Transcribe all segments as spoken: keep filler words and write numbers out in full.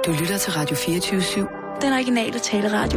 Du lytter til Radio fireogtyve syv. Den originale taleradio.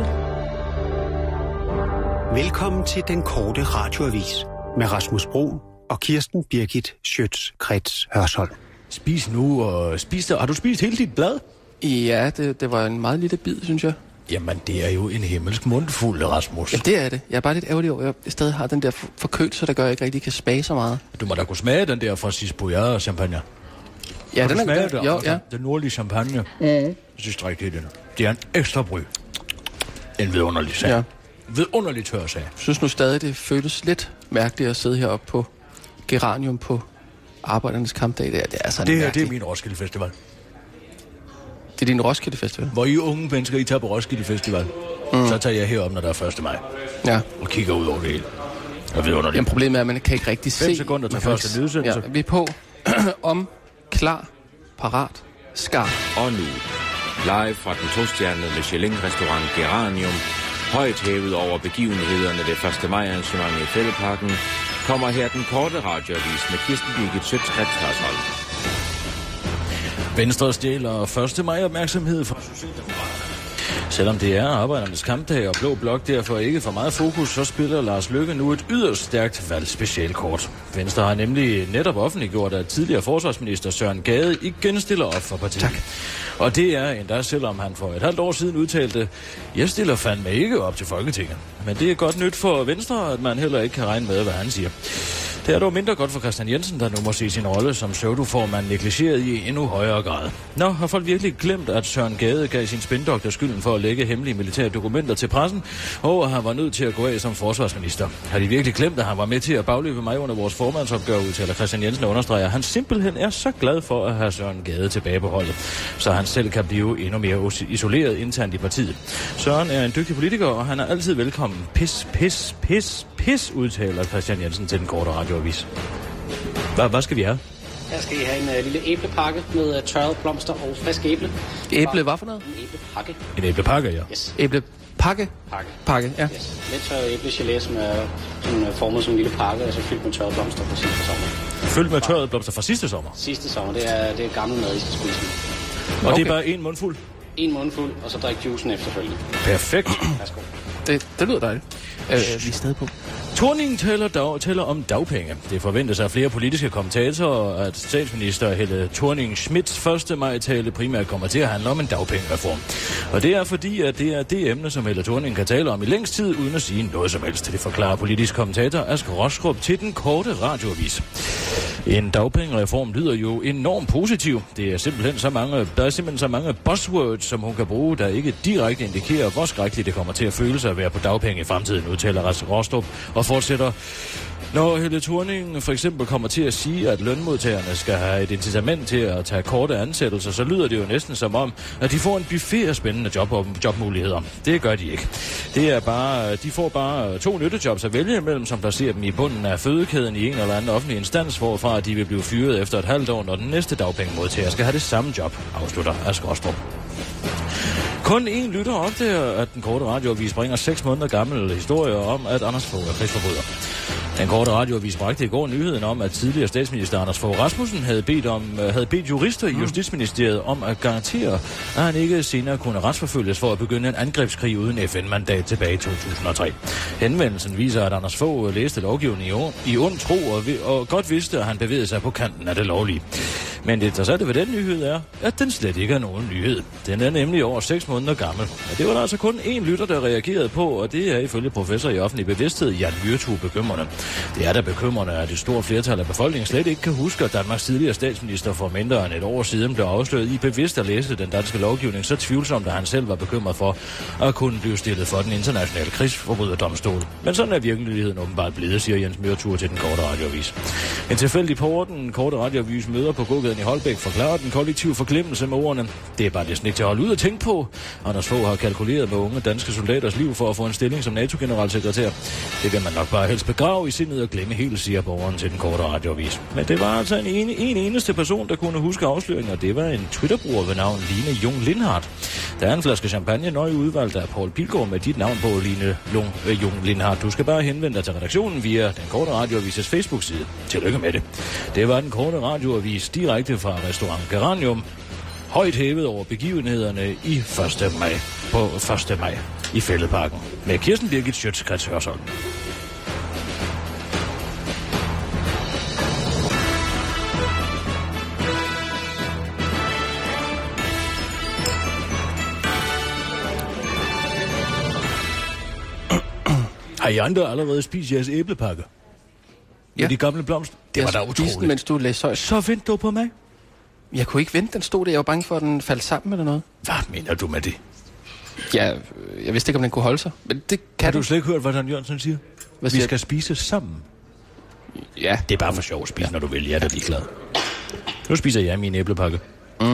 Velkommen til den korte radioavis med Rasmus Broen og Kirsten Birgit Schøtz-Krets Hørsholm. Spis nu og spis det. Har du spist hele dit blad? Ja, det, det var en meget lille bid, synes jeg. Jamen, det er jo en himmelsk mundfuld, Rasmus. Ja, det er det. Jeg er bare lidt ærgerlig over, at jeg stadig har den der forkølelse, der gør, at jeg ikke rigtig kan smage så meget. Du må da kunne smage den der fra Cisboyard champagne. Ja, kan den du er smage det. det? Jo, altså, ja. Den nordlige champagne. Mm. Jeg synes rigtig, den. Det er en ekstra bry. En vidunderlig sag. Ja. Vidunderlig tør sag. Jeg synes nu stadig, det føles lidt mærkeligt at sidde heroppe på Geranium på Arbejdernes Kampdag. Det er, det er sådan Det her, mærkeligt. det er min Roskilde Festival. Det er din Roskilde Festival? Hvor I unge mennesker, I tager på Roskilde Festival. Mm. Så tager jeg herop, når der er første maj. Ja. Og kigger ud over det hele. Og vidunderligt. Jamen, problemet er, at man kan ikke rigtig se... fem sekunder til første nyudsendelse. Ja, vi er på om, klar, parat, skarp. Og nu, live fra den tostjernede Michelin-restaurant Geranium, højt hævet over begivenhederne ved første maj-arrangement i Fældeparken, kommer her den korte radioavis med Kirsten Birgit Schøtz-Krets Hørsholm. Venstre stjæler første maj opmærksomhed fra Socialdemokraterne. Selvom det er Arbejdernes Kampdag og Blå Blok derfor ikke for meget fokus, så spiller Lars Løkke nu et yderst stærkt valgspecialkort. Venstre har nemlig netop offentliggjort, at tidligere forsvarsminister Søren Gade igen stiller op for partiet. Tak. Og det er endda selvom han for et halvt år siden udtalte, jeg stiller fandme ikke op til Folketinget. Men det er godt nyt for Venstre, at man heller ikke kan regne med, hvad han siger. Det er dog mindre godt for Christian Jensen, der nu må se sin rolle som pseudoformand negligeret i endnu højere grad. Nå, har folk virkelig glemt, at Søren Gade gav sin spindoktor skylden for at lægge hemmelige militære dokumenter til pressen, og at han var nødt til at gå af som forsvarsminister? Har de virkelig glemt, at han var med til at bagløbe mig under vores formandsopgør, udtaler Christian Jensen og understreger, at han simpelthen er så glad for at have Søren Gade tilbage på holdet, så han selv kan blive endnu mere isoleret internt i partiet. Søren er en dygtig politiker, og han er altid velkommen. Pis, pis, pis, pis, udtaler Christian Jensen til den korte radioavis. Hvad, hvad skal vi have? Her skal I have en uh, lille æblepakke med uh, tørrede blomster og frisk æble. Æble, hvad for noget? En æblepakke. En æblepakke, ja. Yes. Æblepakke? Pakke. Pakke, ja. Yes. Lidt tørret æblegelé, som er sådan, uh, formet som en lille pakke, og så fyldt med tørrede blomster fra sidste sommer. Fyldt med tørrede blomster fra sidste sommer? Sidste sommer, det er, det er gammel mad, I skal spise. Og Okay. det er bare en mundfuld? En mundfuld, og så drik juicen efterfølgende. Perfekt. Værsgo. Det, det lyder dejligt. Øh, vi er stadig på. Thorning taler, dag, taler om dagpenge. Det forventes af flere politiske kommentatorer, at statsminister Helle Thorning-Schmidts første maj-tale primært kommer til at handle om en dagpengereform. Og det er fordi, at det er det emne, som Helle Thorning kan tale om i længst tid, uden at sige noget som helst. Det forklarer politisk kommentator Asger Roskrup til den korte radioavis. En dagpengereform lyder jo enormt positiv. Det er simpelthen så mange, der er simpelthen så mange buzzwords, som hun kan bruge, der ikke direkte indikerer, hvor skrækkeligt det kommer til at føle sig at være på dagpenge i fremtiden, udtaler Rostrup og fortsætter. Når Helle Thorning for eksempel kommer til at sige, at lønmodtagerne skal have et incitament til at tage korte ansættelser, så lyder det jo næsten som om, at de får en buffet af spændende job- jobmuligheder. Det gør de ikke. Det er bare, de får bare to nyttejobs at vælge imellem, som placerer dem i bunden af fødekæden i en eller anden offentlig instans, hvorfra de vil blive fyret efter et halvt år, når den næste dagpengemodtager skal have det samme job, afslutter Asger Rostrup. Kun én lytter opdager, at den korte radioavis bringer seks måneder gammel historie om, at Anders Fogh er krigsforbryder. Den korte radioavis bragte i går nyheden om, at tidligere statsminister Anders Fogh Rasmussen havde bedt, om, havde bedt jurister i Justitsministeriet om at garantere, at han ikke senere kunne retsforfølges for at begynde en angrebskrig uden F N-mandat tilbage i to tusind og tre. Henvendelsen viser, at Anders Fogh læste lovgivningen i ond tro og, og godt vidste, at han bevægede sig på kanten af det lovlige. Men det interessante ved den nyhed er, at den slet ikke er nogen nyhed. Den er nemlig over seks måneder gammel. Og det var der altså kun én lytter, der reagerede på, og det er ifølge professor i offentlig bevidsthed Jan Myrtue bekymrende. Det er da bekymrende, at et stort flertal af befolkningen slet ikke kan huske, at Danmarks tidligere statsminister for mindre end et år siden blev afsløret i bevidst at læse den danske lovgivning så tvivlsomt, at han selv var bekymret for at kunne blive stillet for den internationale krigsforbryderdomstol. Men sådan er virkeligheden åbenbart blevet, siger Jens Myrtue til den korte radioavis. En tilfældig på den korte radioavis møder på gågaden i Holbæk forklarer den kollektive forglemmelse med ordene. Det er bare næsten ikke til at holde ud og tænke på. Anders Fogh har kalkuleret med unge danske soldaters liv for at få en stilling som NATO-generalsekretær. Det vil man nok bare helst begrave i sindet og glemme helt, siger borgeren til den korte radioavis. Men det var altså en, ene, en eneste person, der kunne huske afsløringen, og det var en Twitter-bruger ved navn Line Jung Lindhardt. Der er en flaske champagne nøje udvalgt af Paul Pilgaard med dit navn på, Line Lung, øh, Jung Lindhardt. Du skal bare henvende dig til redaktionen via den korte radioavises Facebook-side. Tillykke med det. Det var den korte radioavis direkte fra restaurant Geranium. højt hævet over begivenhederne i første maj på første maj i Fælledparken med Kirsten Birgit Schiøtz-Kretz Hørsholm. Har I andre allerede spist jeres æblepakke? Med Ja. de gamle blomster? Det var da utroligt. Den, mens du læste højt. Så vent du på mig. Jeg kunne ikke vente, den stod der. Jeg var bange for, at den faldt sammen eller noget. Hvad mener du med det? Ja, jeg vidste ikke, om den kunne holde sig. Men det kan Har du. du slet ikke hørt, hvad Dan Jørgensen siger? Hvad Vi siger skal spise sammen. Ja. Det er bare for sjov at spise, ja. Når du vil. Jeg er da ligeglad. Nu spiser jeg min æblepakke. Mm.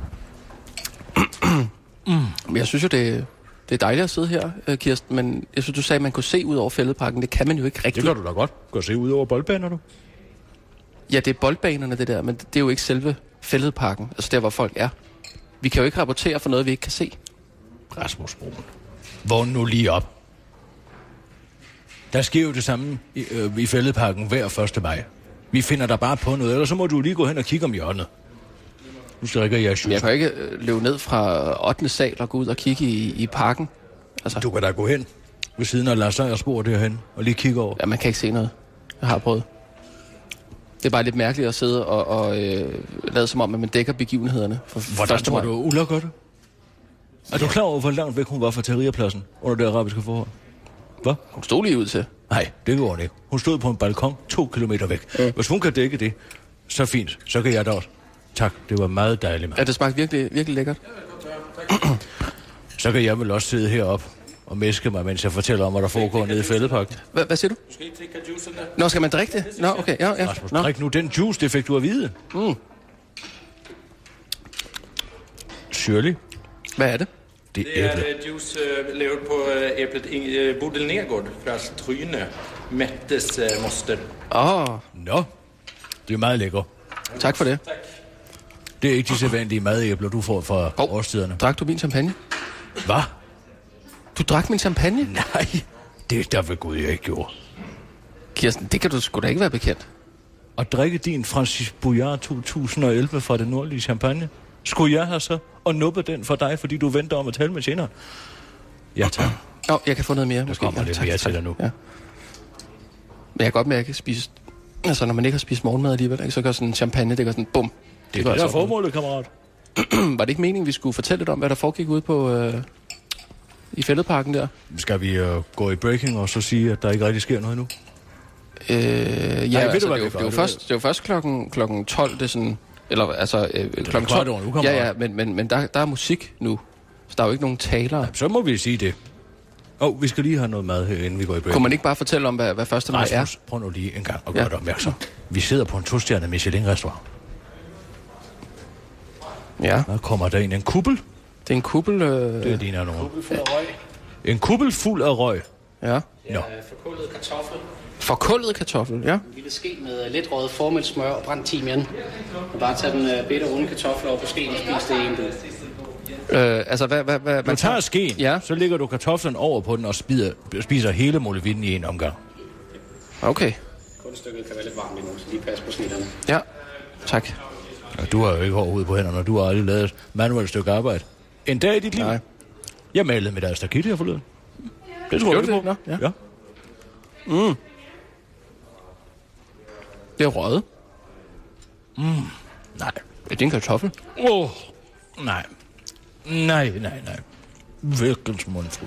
Men jeg synes jo, det, det er dejligt at sidde her, Kirsten. Men jeg synes, du sagde, at man kunne se ud over Fælledparken. Det kan man jo ikke rigtigt. Det gør du da godt. Gå og se ud over boldbaner, du. Ja, det er boldbanerne, det der. Men det er jo ikke selve Fælledparken. Altså der, hvor folk er. Vi kan jo ikke rapportere for noget, vi ikke kan se. Rasmus Broen. Vågn nu lige op. Der sker jo det samme i, øh, i Fælledparken hver første maj. Vi finder der bare på noget, eller så må du lige gå hen og kigge om hjørnet. Nu strikker jeg Men jeg kan jo ikke øh, løbe ned fra ottende sal og gå ud og kigge i, i parken. Altså, Du kan da gå hen ved siden af Lars Seiers spor derhen og lige kigge over. ja, man kan ikke se noget. Jeg har prøvet. Det er bare lidt mærkeligt at sidde og, og øh, lade som om, at man dækker begivenhederne. For Hvordan tror du, Ulla gør det? Er du klar over, hvor langt væk hun var fra Tahrirpladsen under det arabiske forhold? Hvad? Hun stod lige ud til. Nej, det gjorde hun ikke. Hun stod på en balkon to kilometer væk. Mm. Hvis hun kan dække det, så fint. Så kan jeg da også. Tak, det var meget dejligt, mand. Ja, det smagte virkelig, virkelig lækkert. Så kan jeg vel også sidde heroppe og mæske mig, mens jeg fortæller om, hvad der foregår nede i Fælledparken. Hva, hvad siger du? Du skal ikke drikke juicen der. Nå, skal man drikke det? Nå, okay. Ja, ja. Rasmus, Nå. drik nu den juice, det fik du at vide. Mm. Shirley, Hvad er det? det Det er er æble. øh, juice øh, lavet på øh, æblet øh, Bodil Nergård fra Tryne. Mettes øh, moster. Åh, oh, Nå, det er meget lækker. tak for det. Det er ikke de sædvanlige madæbler, du får fra Hov. årstiderne. Drak du min champagne? Hvad? Du drak min champagne? Nej, det er der ved Gud, jeg ikke gjorde. Kirsten, det kan du sgu da ikke være bekendt. At drikke din Francis Bouillard to tusind og elleve fra det nordlige Champagne. Skulle jeg have så og nuppe den for dig, fordi du venter om at tale med tjeneren? Ja, tak. Åh, oh, jeg kan få noget mere. Der Måske. kommer Ja, lidt tak, mere tak. til dig nu. Ja. Men jeg kan godt mærke, at jeg kan spise... Altså, når man ikke har spist morgenmad alligevel, ikke, så gør sådan en champagne, det gør sådan bum. Det er gør det, der er altså- formålet, kammerat. Var det ikke meningen, vi skulle fortælle lidt om, hvad der foregik ude på... Øh, i Fælledparken der? Skal vi uh, gå i breaking og så sige, at der ikke rigtig sker noget nu? Øh, ja, ved altså, du, hvad det, er jo, vi det, gør? er jo Det først, det er jo først klokken, klokken tolv, det er sådan... Eller altså, øh, klokken kvart tolv. over nu, kammerat. Ja, ja, men, men, men der, der er musik nu. Så der er jo ikke nogen talere. Så må vi sige det. Åh, oh, vi skal lige have noget mad her, inden vi går i breaking. Kunne man ikke bare fortælle om, hvad, hvad første maj er? Rasmus, prøv nu lige en gang at gøre Ja. dig opmærksom. Vi sidder på en to-stjernet Michelin-restaurant. Ja, Der kommer der ind en kuppel. det er en kuppel... Øh, Det ligner nogen. Fuld af røg. En kuppel fuld af røg. ja. Nå. Øh, Forkullet kartoffel, Forkullet kartoffel, ja. en lille ske med lidt røget formel, smør og brændt timian. Og bare tage den øh, bitte runde kartoffel over på skeen og spise det i en bid. Øh, altså, hvad... hvad, hvad Du man tager skeen, Ja. så lægger du kartoflen over på den og spiser, spiser hele molevitten i en omgang. Okay, Kunststykket kan være lidt varmt endnu, så lige pas på snitterne. ja. Tak. Og du har jo ikke hård hud på hænderne, og du har aldrig lavet et manuelt stykke arbejde. En dag i dit liv? Nej. Jeg malede med deres stakit her forleden. Det tror Gjorde jeg du på. det? Nå, ja. ja. Det er røget. Nej. Er det en kartoffel? Åh, oh, nej. Nej, nej, nej. Hvilken mundfuld.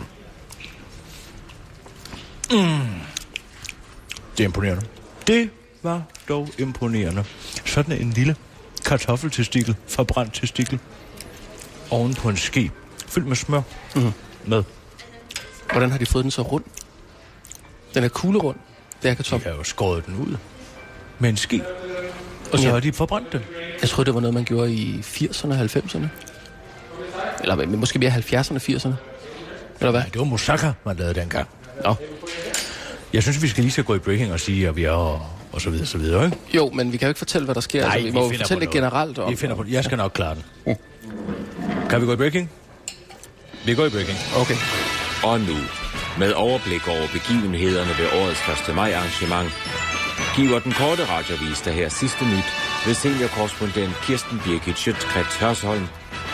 Mm. Det er imponerende. Det var dog imponerende. Sådan en lille kartoffeltestikel, forbrændt testikel, oven på en ske, fyldt med smør. Mm. Med. Hvordan har de fået den så rund? Den er kuglerund. Det er De kartoffel. har jo skåret den ud med en ske, og så Ja. har de forbrændt den. Jeg troede, det var noget, man gjorde i firserne og halvfemserne. Eller men måske mere halvfjerdserne og firserne. Eller hvad? Nej, det var moussaka, man lavede dengang. Nå. Jeg synes, vi skal lige skal gå i breaking og sige, at vi er og, og så videre, så videre, ikke? Jo, men vi kan jo ikke fortælle, hvad der sker. Nej, altså, vi, vi må jo finder fortælle på det noget. generelt om. Vi finder på det. Jeg skal nok klare den. Kan vi gå i breaking? Vi går i breaking. Okay. Og nu, med overblik over begivenhederne ved årets første maj arrangement, giver den korte radiovis der her sidste nyt ved seniorkorrespondent Kirsten Birgit Schiøtz-Kretz Hørsholm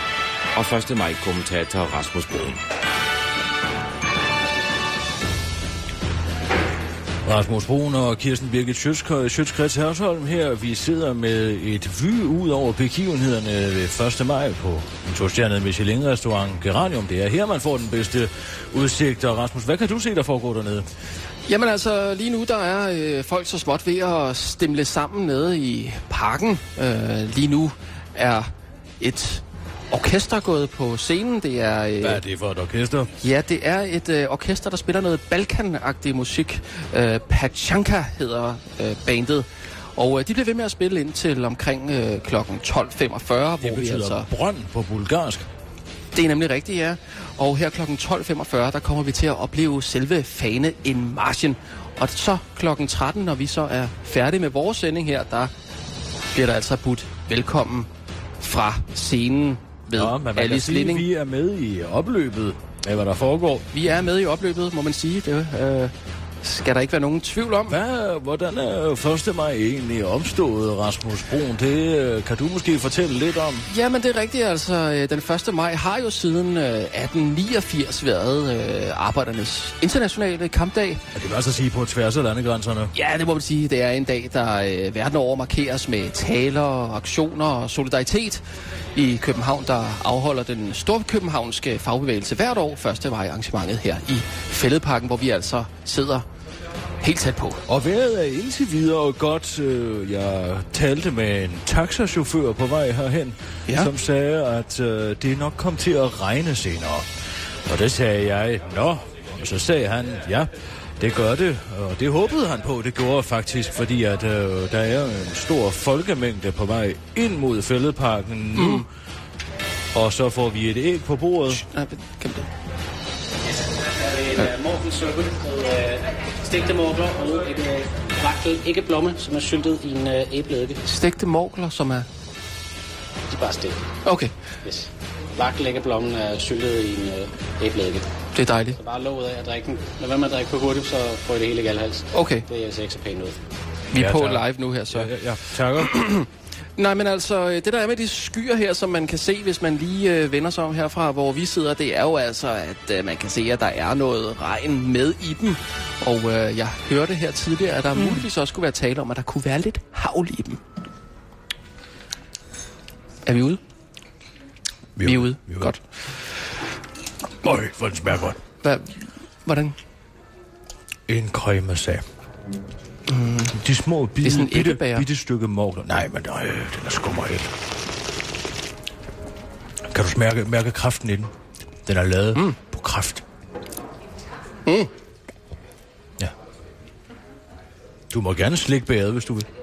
og første maj-kommentator Rasmus Broen. Rasmus Broen og Kirsten Birgit Schøtz-Krets Hørsholm her. Vi sidder med et vy ud over begivenhederne ved første maj på en to-stjernet Michelin-restaurant Geranium. Det er her, man får den bedste udsigt. Og Rasmus, hvad kan du se, der foregår dernede? Jamen altså, lige nu der er øh, folk så småt ved at stemle sammen nede i parken. Øh, lige nu er et orkester gået på scenen. Det er, øh, Hvad er det for et orkester? Ja, det er et øh, orkester, der spiller noget Balkan-agtig musik. Øh, Pachanka hedder øh, bandet. Og øh, de bliver ved med at spille indtil omkring øh, klokken tolv femogfyrre. Det hvor betyder vi altså, brønd på bulgarsk. Det er nemlig rigtigt, ja. Og her klokken tolv femogfyrre, der kommer vi til at opleve selve Fane in Marchen. Og så klokken tretten, når vi så er færdige med vores sending her, der bliver der altså budt velkommen fra scenen ved Nå, men man kan Alice sige, Linding. vi er med i opløbet af, hvad der foregår. Vi er med i opløbet, må man sige. Det øh, skal der ikke være nogen tvivl om. Hvad, hvordan er første maj egentlig opstået, Rasmus Broen? Det øh, kan du måske fortælle lidt om. Jamen, det er rigtigt. Altså, den første maj har jo siden øh, atten niogfirs været øh, arbejdernes internationale kampdag. Og det vil altså sige på tværs af landegrænserne. Ja, det må man sige. Det er en dag, der øh, verden over markeres med taler, aktioner og solidaritet. I København, der afholder den storkøbenhavnske fagbevægelse hvert år første maj arrangementet her i Fælledparken, hvor vi altså sidder helt tæt på. Og vejret er indtil videre godt. Jeg talte med en taxachauffør på vej herhen, ja. som sagde, at det nok kom til at regne senere. Og det sagde jeg, nå, og så sagde han, ja, det gør det, og det håbede han på, det gjorde faktisk, fordi at øh, der er en stor folkemængde på vej ind mod Fælledparken nu, mm. og så får vi et æg på bordet. Nej, kan det? Det er morgensuppe med stegte morgler og et vakkel æggeblomme, som er syltet i en æbleeddike. Stegte morgler, som er... De er bare stegt. Okay. Yes. Vakkel æggeblommen er syltet i en æbleeddike. Det er dejligt. Så bare låget af at drikke den. Lad være med at drikke for hurtigt, så får I det hele i galhals. Okay. Det er ser ikke så pænt ud. Vi er ja, på tak. live nu her, så. Ja, ja, ja. takker. Nej, men altså, det der er med de skyer her, som man kan se, hvis man lige øh, vender sig om herfra, hvor vi sidder, det er jo altså, at øh, man kan se, at der er noget regn med i dem. Og øh, jeg hørte her tidligere, at der mm. muligvis også kunne være tale om, at der kunne være lidt havl i dem. Er vi ude? Vi er, vi er ude. Vi er ude. Godt. Øj, hvor den smager godt. Hva? Hvordan? En cremesag. Mm. De små bitte, bitte, bitte stykke morgler. Nej, men øh, den er skummer helt. Kan du smærke, mærke kraften i den? Den er lavet mm. på kraft. Mm. Ja. Du må gerne slikke bæret, hvis du vil.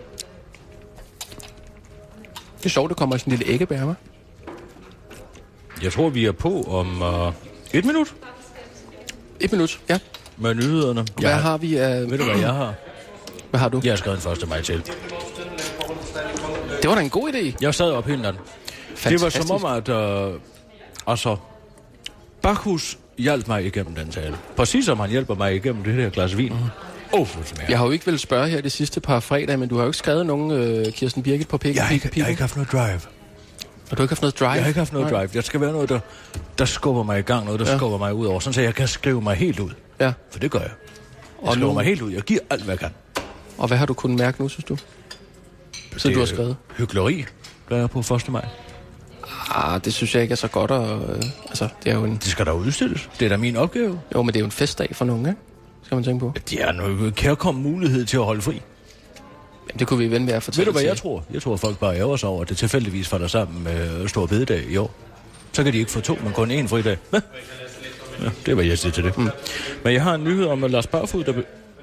Det er sjovt, der kommer sådan en lille æggebær med. Jeg tror, vi er på om uh, et minut. Et minut, ja. Med nyhederne. Hvad jeg har vi af... Uh... Ved du, hvad jeg har? Hvad har du? Jeg har skrevet en første maj til. Det var da en god idé. Jeg sad op hele natten. Det var som om, at... Uh, altså... Bacchus hjalp mig igennem den tale. Præcis som han hjælper mig igennem det her glas vin. Mm. Oh, jeg har jo ikke vel spørge her de sidste par fredage, men du har jo ikke skrevet nogen uh, Kirsten Birgit på pikken. Jeg har ikke, jeg har ikke haft noget drive. Og du har ikke haft noget drive? Jeg har ikke haft noget drive. Jeg skal være noget, der, der skubber mig i gang, noget, der ja. skubber mig ud over, sådan så jeg kan skrive mig helt ud. Ja. For det gør jeg. Jeg og skriver nu... mig helt ud. Jeg giver alt, hvad jeg kan. Og hvad har du kunnet mærke nu, synes du? Så du har skrevet? Hykleri, der er på første maj. Ah, det synes jeg ikke er så godt. Og, øh, altså, det, er jo en... det skal da udstilles. Det er da min opgave. Jo, men det er jo en festdag for nogen, ikke? Skal man tænke på. Det er noget kærkommen mulighed til at holde fri. Jamen, det kunne vi ven være at fortælle. Ved du, hvad til. jeg tror? Jeg tror, at folk bare ærger sig over, at det tilfældigvis falder sammen med Stor Bededag i år. Så kan de ikke få to, men kun én fridag. Hvad? Ja, det var jeg siger til det. Mm. Men jeg har en nyhed om, at Lars Barfod, der, be...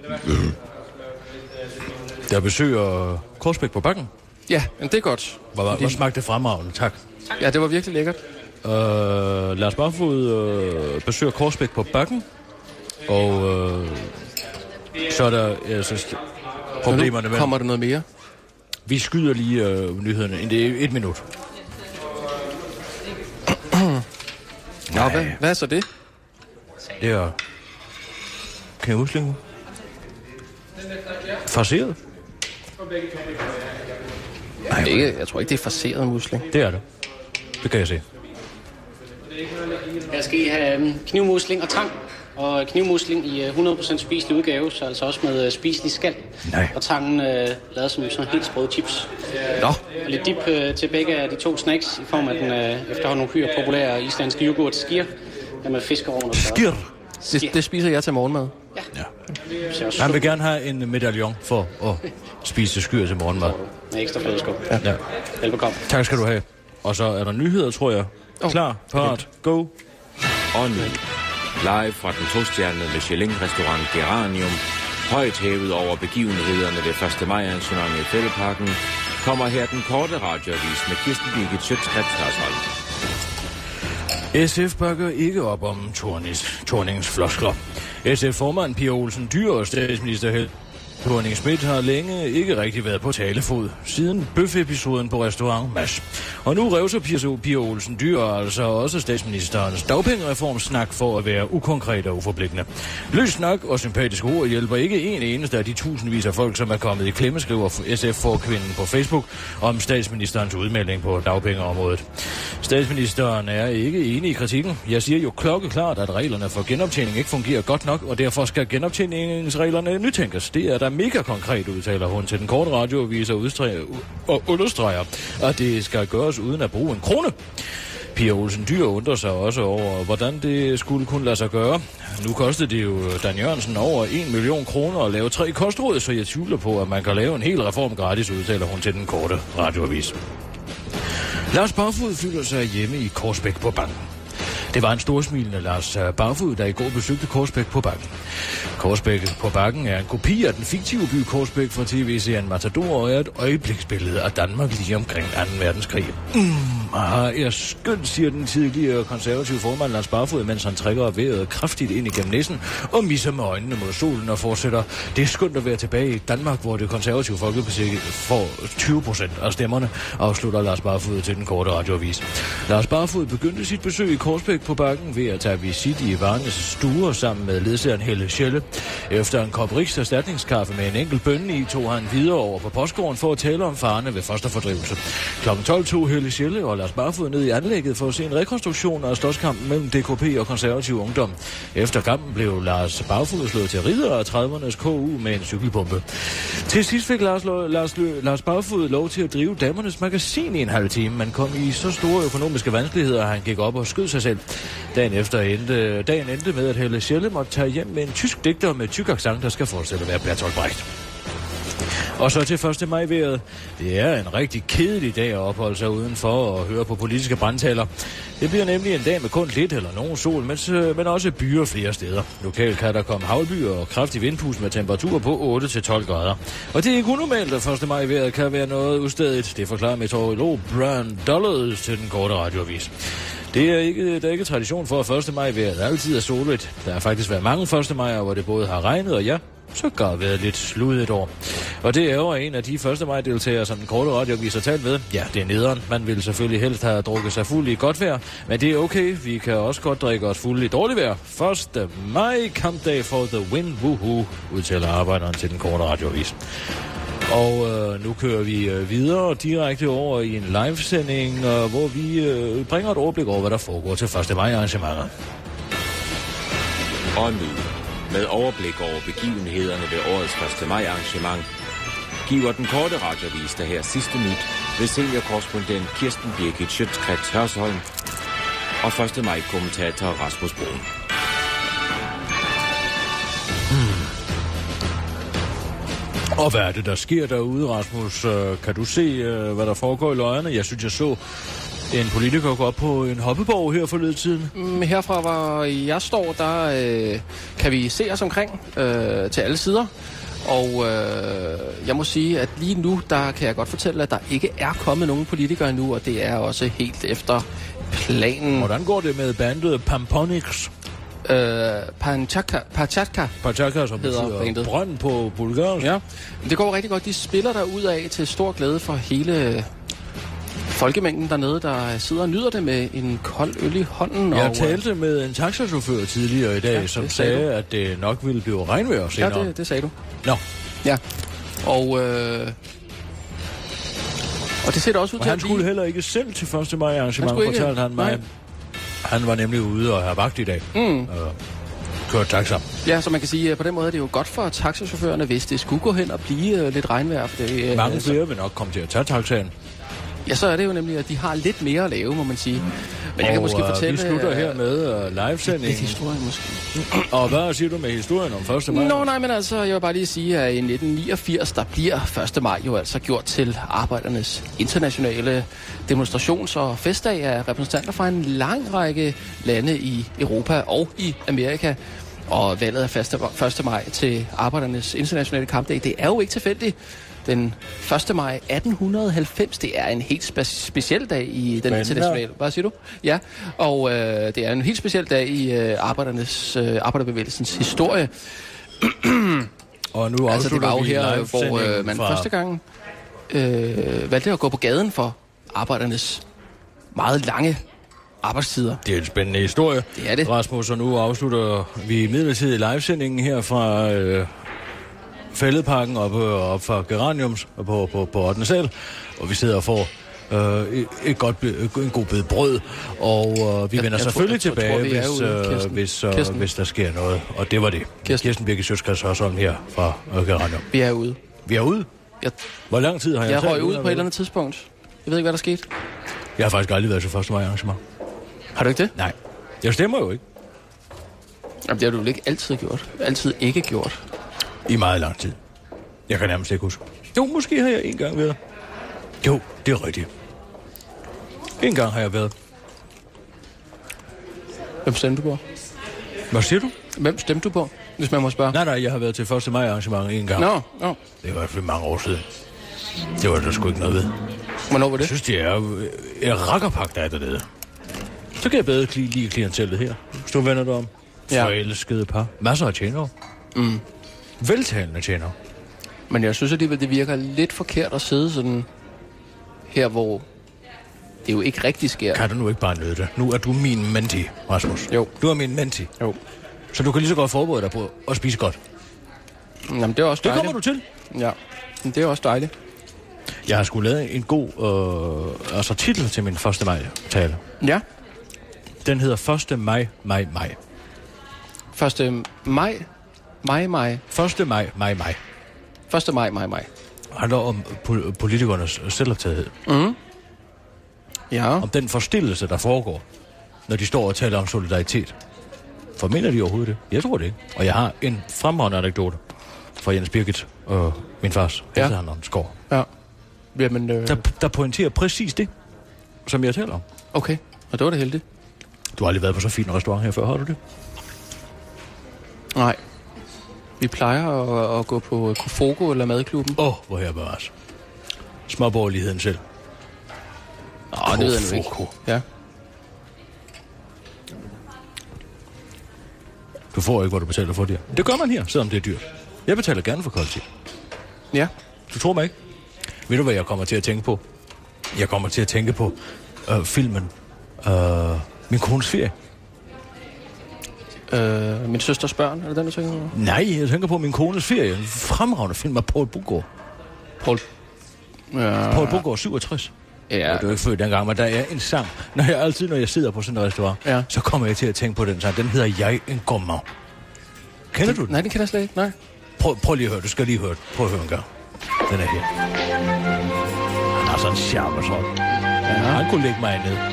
der besøger Korsbæk på Bakken. Ja, men det er godt. Hvor, hvor smagte det fremragende, tak. Ja, det var virkelig lækkert. Uh, Lars Barfod uh, besøger Korsbæk på Bakken. Og uh, så er der altså, problemerne med... Kommer der noget mere? Vi skyder lige uh, nyhederne ind. Det er et minut. Nå, hvad, hvad er så det? Det er... Kan jeg huske længe? Farseret? Nej, ikke, jeg tror ikke, det er farseret musling. Det er det. Det kan jeg se. Her skal I have knivmusling og tang. Og knivmusling i hundrede procent spiselig udgave, så altså også med spiselig skal. Nej. Og tangen øh, lavet som sådan helt sprøde chips. Nå. Og lidt dip øh, til begge af de to snacks, i form af den øh, efterhånden uhyre populære islandske yoghurt skir. Der med fiskerovn og Skir. Det, det spiser jeg til morgenmad. Ja. Ja. Han vil gerne have en medaljon for at spise skyr til morgenmad. Med ekstra flødeskum. Ja. Ja. Velbekomme. Tak skal du have. Og så er der nyheder, tror jeg. Klar, parat, go. Og nu, live fra den tostjernede Michelin-restaurant Geranium, højt hævet over begivenhederne ved første maj arrangementet i Fælleparken, kommer her den korte radioavis med Kirsten Birgit Schøtz-Krets Hørsholm. S F bakker ikke op om Thornings, Thornings floskler. S F-formand Pia Olsen Dyhr og statsminister Helle Thorning-Schmidt har længe ikke rigtig været på talefod, siden bøf-episoden på restaurant Mads. Og nu revser Pia Olsen Dyhr altså også statsministerens dagpengereformsnak for at være ukonkret og uforpligtende. Løs snak og sympatiske ord hjælper ikke en eneste af de tusindvis af folk, som er kommet i klemme, skriver S F-forkvinden på Facebook om statsministerens udmelding på dagpengeområdet. Statsministeren er ikke enig i kritikken. Jeg siger jo klokkeklart, at reglerne for genoptjening ikke fungerer godt nok, og derfor skal genoptjeningsreglerne nytænkes. Det er der mega konkret, udtaler hun til den korte radioavis og, og understreger, at det skal gøres uden at bruge en krone. Pia Olsen Dyhr undrer sig også over, hvordan det skulle kunne lade sig gøre. Nu kostede det jo Dan Jørgensen over en million kroner at lave tre kostråd, så jeg tvivler på, at man kan lave en hel reform gratis, udtaler hun til den korte radioavis. Lars Barfod føler sig hjemme i Korsbæk på Banken. Det var en storsmilende Lars Barfod, der i går besøgte Korsbæk på Bakken. Korsbæk på Bakken er en kopi af den fiktive by Korsbæk fra tv-serien Matador og er et øjebliksbillede af Danmark lige omkring anden verdenskrig. Mm, ah, jeg skønt, siger den tidligere konservative formand Lars Barfod, mens han trækker vejret kraftigt ind igennem næsen og misser med øjnene mod solen og fortsætter. Det er skønt at være tilbage i Danmark, hvor det konservative folkeparti får tyve procent af stemmerne, afslutter Lars Barfod til den korte radioavis. Lars Barfod begyndte sit besøg i Korsbæk på Bakken ved at tage visit i Varnes stuer sammen med ledsageren Helle Schelle. Efter en kop Riks erstatningskaffe med en enkelt bønne i, tog han videre over på postgården for at tale om farerne ved fosterfordrivelse. klokken tolv tog Helle Schelle og Lars Barfod ned i anlægget for at se en rekonstruktion af slåskampen mellem D K P og konservativ ungdom. Efter kampen blev Lars Barfod slået til ridder af tredivernes K U med en cykelpumpe. Til sidst fik Lars, Lars, Lars Barfod lov til at drive Damernes Magasin i en halv time, men kom i så store økonomiske vanskeligheder, at han gik op og skød sig selv. Dagen efter endte, dagen endte med, at Helle Schelle måtte tage hjem med en tysk digter med tyk accent, der skal fortsætte at være Bertolt Brecht. Og så til første maj vejret. Det er en rigtig kedelig dag at opholde sig udenfor og høre på politiske brandtaler. Det bliver nemlig en dag med kun lidt eller nogen sol, men også byer flere steder. Lokalt kan der komme havlbyer og kraftig vindpust med temperaturer på otte til tolv grader. Og det er ikke unormalt, at første maj vejret kan være noget udstedet. Det forklarer meteorolog Brian Dollars til den korte radioavis. Det er ikke, der er ikke tradition for, at første maj vejret altid er solrigt. Der har faktisk været mange første majer, hvor det både har regnet og ja, så kan det været lidt slud et år. Og det er jo en af de første maj-deltagere, som den korte radioavis har talt med. Ja, det er nederen. Man vil selvfølgelig helst have drukket sig fuld i godt vejr, men det er okay. Vi kan også godt drikke os fuld i dårligt vejr. første maj, kampdag for the win, woohoo, udtaler arbejderen til den korte radioavis. Og øh, nu kører vi øh, videre direkte over i en livesending, øh, hvor vi øh, bringer et overblik over, hvad der foregår til første maj arrangementer. Og nu, med overblik over begivenhederne ved årets første maj arrangement, giver den korte radioavis der her sidste nyt ved seniorkorrespondent Kirsten Birgit Schøtz-Krets Hørsholm og første maj kommentator Rasmus Broen. Og hvad er det, der sker derude, Rasmus? Kan du se, hvad der foregår i løjerne? Jeg synes, jeg så en politiker gå op på en hoppeborg her for lidt tiden. Herfra, hvor jeg står, der øh, kan vi se os omkring øh, til alle sider. Og øh, jeg må sige, at lige nu, der kan jeg godt fortælle, at der ikke er kommet nogen politikere endnu, og det er også helt efter planen. Hvordan går det med bandet Pamponix? Øh, Panchaka, Panchaka, Panchaka, som hedder bandet. Brønd på bulgarsk. Ja, det går rigtig godt. De spiller der ud af til stor glæde for hele folkemængden dernede, der sidder og nyder det med en kold øl i hånden. Jeg og, talte med en taxachauffør tidligere i dag, ja, som sagde, du. at det nok ville blive regnvejr senere. Ja, det, det sagde du. Nå. Ja, og... Øh, og det ser også ud og til han at skulle blive... heller ikke selv til første maj arrangement, fortalte han mig. Nej. Han var nemlig ude og have vagt i dag. Mm. Øh, kørt taxa. Ja, så man kan sige, at på den måde er det jo godt for taxachaufførerne, hvis det skulle gå hen og blive uh, lidt regnvejr. For det, Mange uh, flere så... vil nok komme til at tage taxaen. Ja, så er det jo nemlig, at de har lidt mere at lave, må man sige. Men og, jeg kan måske uh, fortælle... vi slutter uh, her med uh, livesendingen. Lidt historie måske. Og hvad siger du med historien om første maj? Nå, nej, men altså, jeg vil bare lige sige, at i nitten niogfirs, der bliver første maj jo altså gjort til arbejdernes internationale demonstrations- og festdag af repræsentanter fra en lang række lande i Europa og i Amerika. Og valget af første maj til arbejdernes internationale kampdag, det er jo ikke tilfældigt. Den første maj atten halvfems, det er en helt spe- speciel dag i den internationale... Hvad siger du? Ja, og øh, det er en helt speciel dag i øh, arbejdernes, øh, arbejderbevægelsens historie. Og nu altså, det var jo her, hvor øh, man fra... første gang øh, valgte at gå på gaden for arbejdernes meget lange arbejdstider. Det er en spændende historie. Det er det. Rasmus, og nu afslutter vi midlertidig livesendingen her fra øh, Fælledparken op, op fra Geraniums på, på, på, på ottende sal, og vi sidder og får øh, et, et godt, en god bid brød, og øh, vi jeg, vender jeg selvfølgelig tror, tilbage, tror, hvis, ude, øh, hvis, øh, hvis der sker noget, og det var det. Kirsten, Kirsten Birgit Sjøtskreds Hørsholm her fra øh, Geranium. Vi er ude. Vi er ude? Jeg, Hvor lang tid har jeg Jeg taget røg ud på et eller andet tidspunkt. Jeg ved ikke, hvad der skete. Jeg har faktisk aldrig været til første maj arrangement. Har du ikke det? Nej. Jeg stemmer jo ikke. Jamen, det har du jo ikke altid gjort. Altid ikke gjort. I meget lang tid. Jeg kan nærmest ikke huske. Jo, måske har jeg en gang været. Jo, det er rigtigt. En gang har jeg været. Hvem stemte du på? Hvad siger du? Hvem stemte du på, hvis man må spørge? Nej, nej, jeg har været til første maj arrangement en gang. Nå, nå. Det var i hvert fald mange år siden. Det var der sgu ikke noget ved. Hvornår var det? Jeg synes, det er en rakkerpak, der er dernede. Så kan jeg bedre lide klientellet her. Hvis du vender dig om. Ja. Forelskede par. Masser af tjenere. Mm. Veltalende tjenere. Men jeg synes alligevel, det virker lidt forkert at sidde sådan her, hvor det jo ikke rigtig sker. Kan du nu ikke bare nyde det? Nu er du min menti, Rasmus. Jo. Du er min menti. Jo. Så du kan lige så godt forberede dig på at spise godt. Jamen, det er også dejligt. Det kommer du til. Ja, men det er også dejligt. Jeg har sgu lavet en god øh, altså titel til min første maj-tale. Ja. Den hedder første maj, maj, maj. første maj, maj, maj. første maj, maj, maj. første maj, maj, maj. Det handler om po- politikernes selvoptagethed. Mhm. Ja. Om den forstillelse, der foregår, når de står og taler om solidaritet. For mener de overhovedet det? Jeg tror det ikke. Og jeg har en fremragende anekdote fra Jens Birgit og min fars efterhandleren Skov. Ja. Jamen, øh... der, der pointerer præcis det, som jeg taler om. Okay, og det var det heldigt. Du har aldrig været på så fin en restaurant her før, har du det? Nej. Vi plejer at, at gå på Kofogo eller Madklubben. Åh, oh, hvor her bevares. Småborgerligheden selv. Åh, det ved jeg nu ikke. Ja. Du får ikke, hvor du betaler for det. Det gør man her, selvom det er dyrt. Jeg betaler gerne for kollektiv. Ja. Du tror mig ikke? Ved du, hvad jeg kommer til at tænke på? Jeg kommer til at tænke på øh, filmen øh, Min kones ferie. Øh, min søsters børn, er det den, du tænker på? Nej, jeg tænker på Min kones ferie. En fremragende film af Poul Bugård. Poul... Ja. Poul Bugård, syvogtres. Ja. Du er ikke født dengang, men der er en sang. Når jeg altid, når jeg sidder på sådan en restaurant, ja. så kommer jeg til at tænke på den sang. Den hedder Jeg en gourmand. Kender den, du den? Nej, den kender jeg slet ikke. Nej. Prøv, prøv lige at høre. Du skal lige høre. Prøv at høre en gang. Den er her. Han har sådan en charme sådan. Ja. Han kunne lægge mig ned.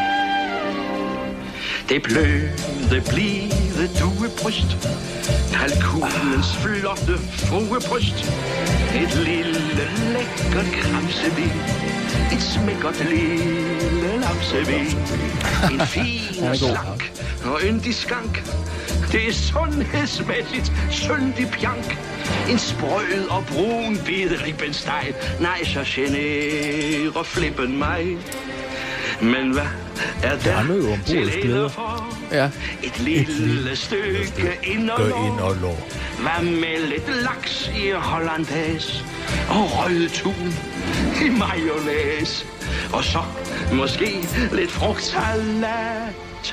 Det bløde, blide duebryst, kalkunens flotte fruebryst, et lille lækkert kramsevin, et smækkert lille lamsevin, en fin og slank og yndig skank, det er sundhedsmæssigt syndig pjank, en sprød og brun bid ribbensteg, nej så generer flippen mig. Men hvad er der til æder for? Ja. Et lille stykke inderlår. Hvad med lidt laks i hollandaise og rødtun i mayonnaise. Og så måske lidt frugtsalat.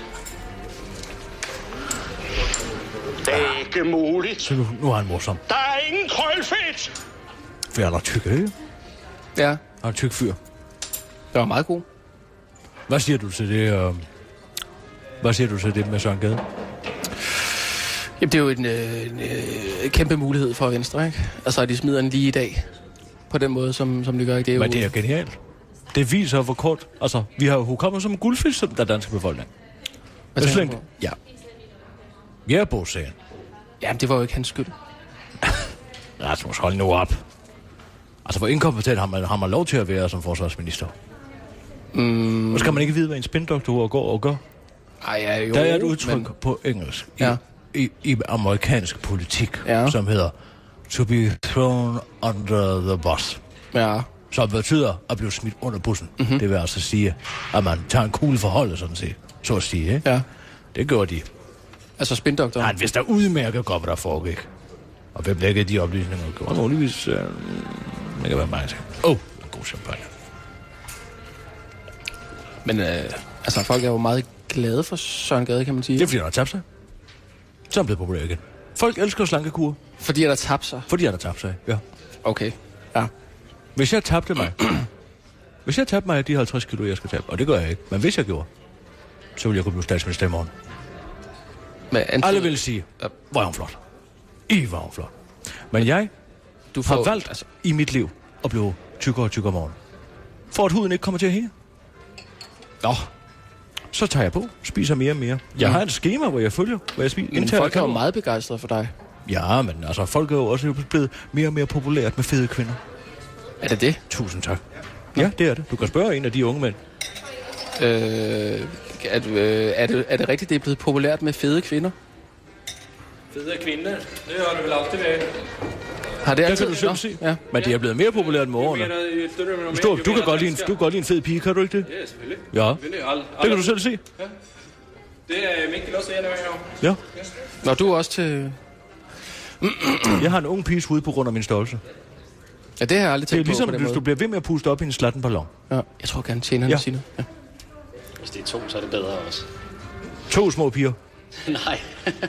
Det er ikke muligt. Så nu, nu er han morsom. Der er ingen krølfedt. For han er tyk, ikke? Ja. Han er tyk fyr. Det var meget god. Hvad siger du til det, uh, Hvad siger du til det med Søren Gade? Jamen, det er jo en, øh, en øh, kæmpe mulighed for Venstre, ikke? Altså, at de smider den lige i dag. På den måde, som, som de gør. Det er Men jo... det er genialt. Det viser, hvor kort... Altså, vi har jo kommet som en guldfisk, som der danske befolkning. Hvad tænker du på? Ja. Jægerbogssagen. Jamen, det var jo ikke hans skyld. Rasmus, hold nu op. Altså, hvor inkompetent har man, har man lov til at være som forsvarsminister? Mm. Og skal man ikke vide, hvad en spindoktor går og gør? Ej, ja, jo. Der er et udtryk men... på engelsk i, ja. i, i amerikansk politik, ja. som hedder to be thrown under the bus. Ja. Som betyder at blive smidt under bussen. Mm-hmm. Det vil altså sige, at man tager en kugle for holdet, sådan set. Så at sige, ikke? Ja. Det gjorde de. Altså spindoktoren? Han vidste da udmærket godt, hvad der foregik. Og hvem lægger de oplysninger? Det var muligvis... Øh, det kan være mange ting. Åh, oh, god champagne. Men øh, altså, folk er jo meget glade for Søren Gade, kan man sige. Det er, fordi han har tabt sig. Så er han blevet populær igen. Folk elsker slankekur. Fordi han har tabt sig? Fordi han har tabt sig, ja. Okay, ja. Hvis jeg tabte mig... hvis jeg tabte mig af de halvtreds kilo, jeg skal tabe, og det gør jeg ikke, men hvis jeg gjorde, så ville jeg kunne blive statsminister i morgen. Men antid... Alle vil sige, hvor er hun flot. I var hun flot. Men jeg du får... har valgt altså, i mit liv at blive tykkere og tykkere om morgenen. For at huden ikke kommer til at hænge. Nå, så tager jeg på, spiser mere og mere. Jeg mm. har et schema, hvor jeg følger, hvor jeg spiser. Men folk er jo meget begejstrede for dig. Ja, men altså, folk er jo også blevet mere og mere populært med fede kvinder. Er det det? Tusind tak. Ja, det er det. Du kan spørge en af de unge mænd. Øh, er, øh, er, det, er det rigtigt, det er blevet populært med fede kvinder? Fede kvinder? Det har det vel altid været. Har det altid? Det kan du selv sige. Ja. Men de er blevet mere populært med årene. Du, du, kan godt lide en, du kan godt lide en fed pige, kan du ikke det? Ja, selvfølgelig. Ja, selvfølgelig. Det kan du selv se. Ja. Det er Mikkel også, jeg Ja. Når du er også til... Jeg har en ung piges hud på grund af min størrelse. Ja, det har jeg aldrig tænkt på. Det er ligesom, på den hvis måde. du bliver ved med at puste op i en slatten ballon. Ja, jeg tror gerne, tjenerne ja. siger noget. Ja. Hvis det er to, så er det bedre også. To små piger? Nej.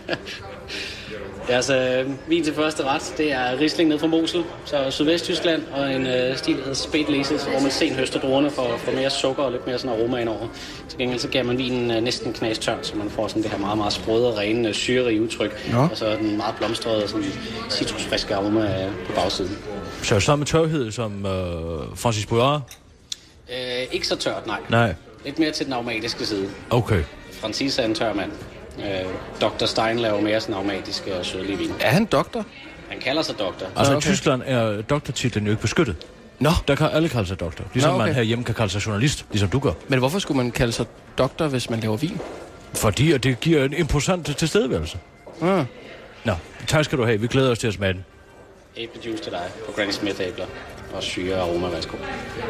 Altså, vin til første ret, det er Riesling ned fra Mosel, så Sydvesttyskland, og en øh, stil, der hedder Spätlese, hvor man sen høster druerne for, for mere sukker og lidt mere sådan aroma indover. Til gengæld så gav man vinen øh, næsten knastør, så man får sådan det her meget, meget sprøde og rene, øh, syrerige udtryk. Ja. Og så er den meget blomstrede og sådan citrusfriske aroma øh, på bagsiden. Så samme tørhed som øh, Francis Bourgeois? Øh, ikke så tørt, nej. Nej. Lidt mere til den aromatiske side. Okay. Francis er en tør mand. Øh, doktor Stein laver mere sådan aromatiske og sødlige vin. Er han doktor? Han kalder sig doktor. Altså okay. i Tyskland er doktortitlen jo ikke beskyttet. Nå. Der kan alle kalde sig doktor. Ligesom Nå, okay. man herhjemme kan kalde sig journalist, ligesom du gør. Men hvorfor skulle man kalde sig doktor, hvis man laver vin? Fordi at det giver en imposant tilstedeværelse. Ja. Nå, tak skal du have. Vi glæder os til at smage den. Æblejuice til dig på Granny Smith æbler. Og syre og aroma, værsgo.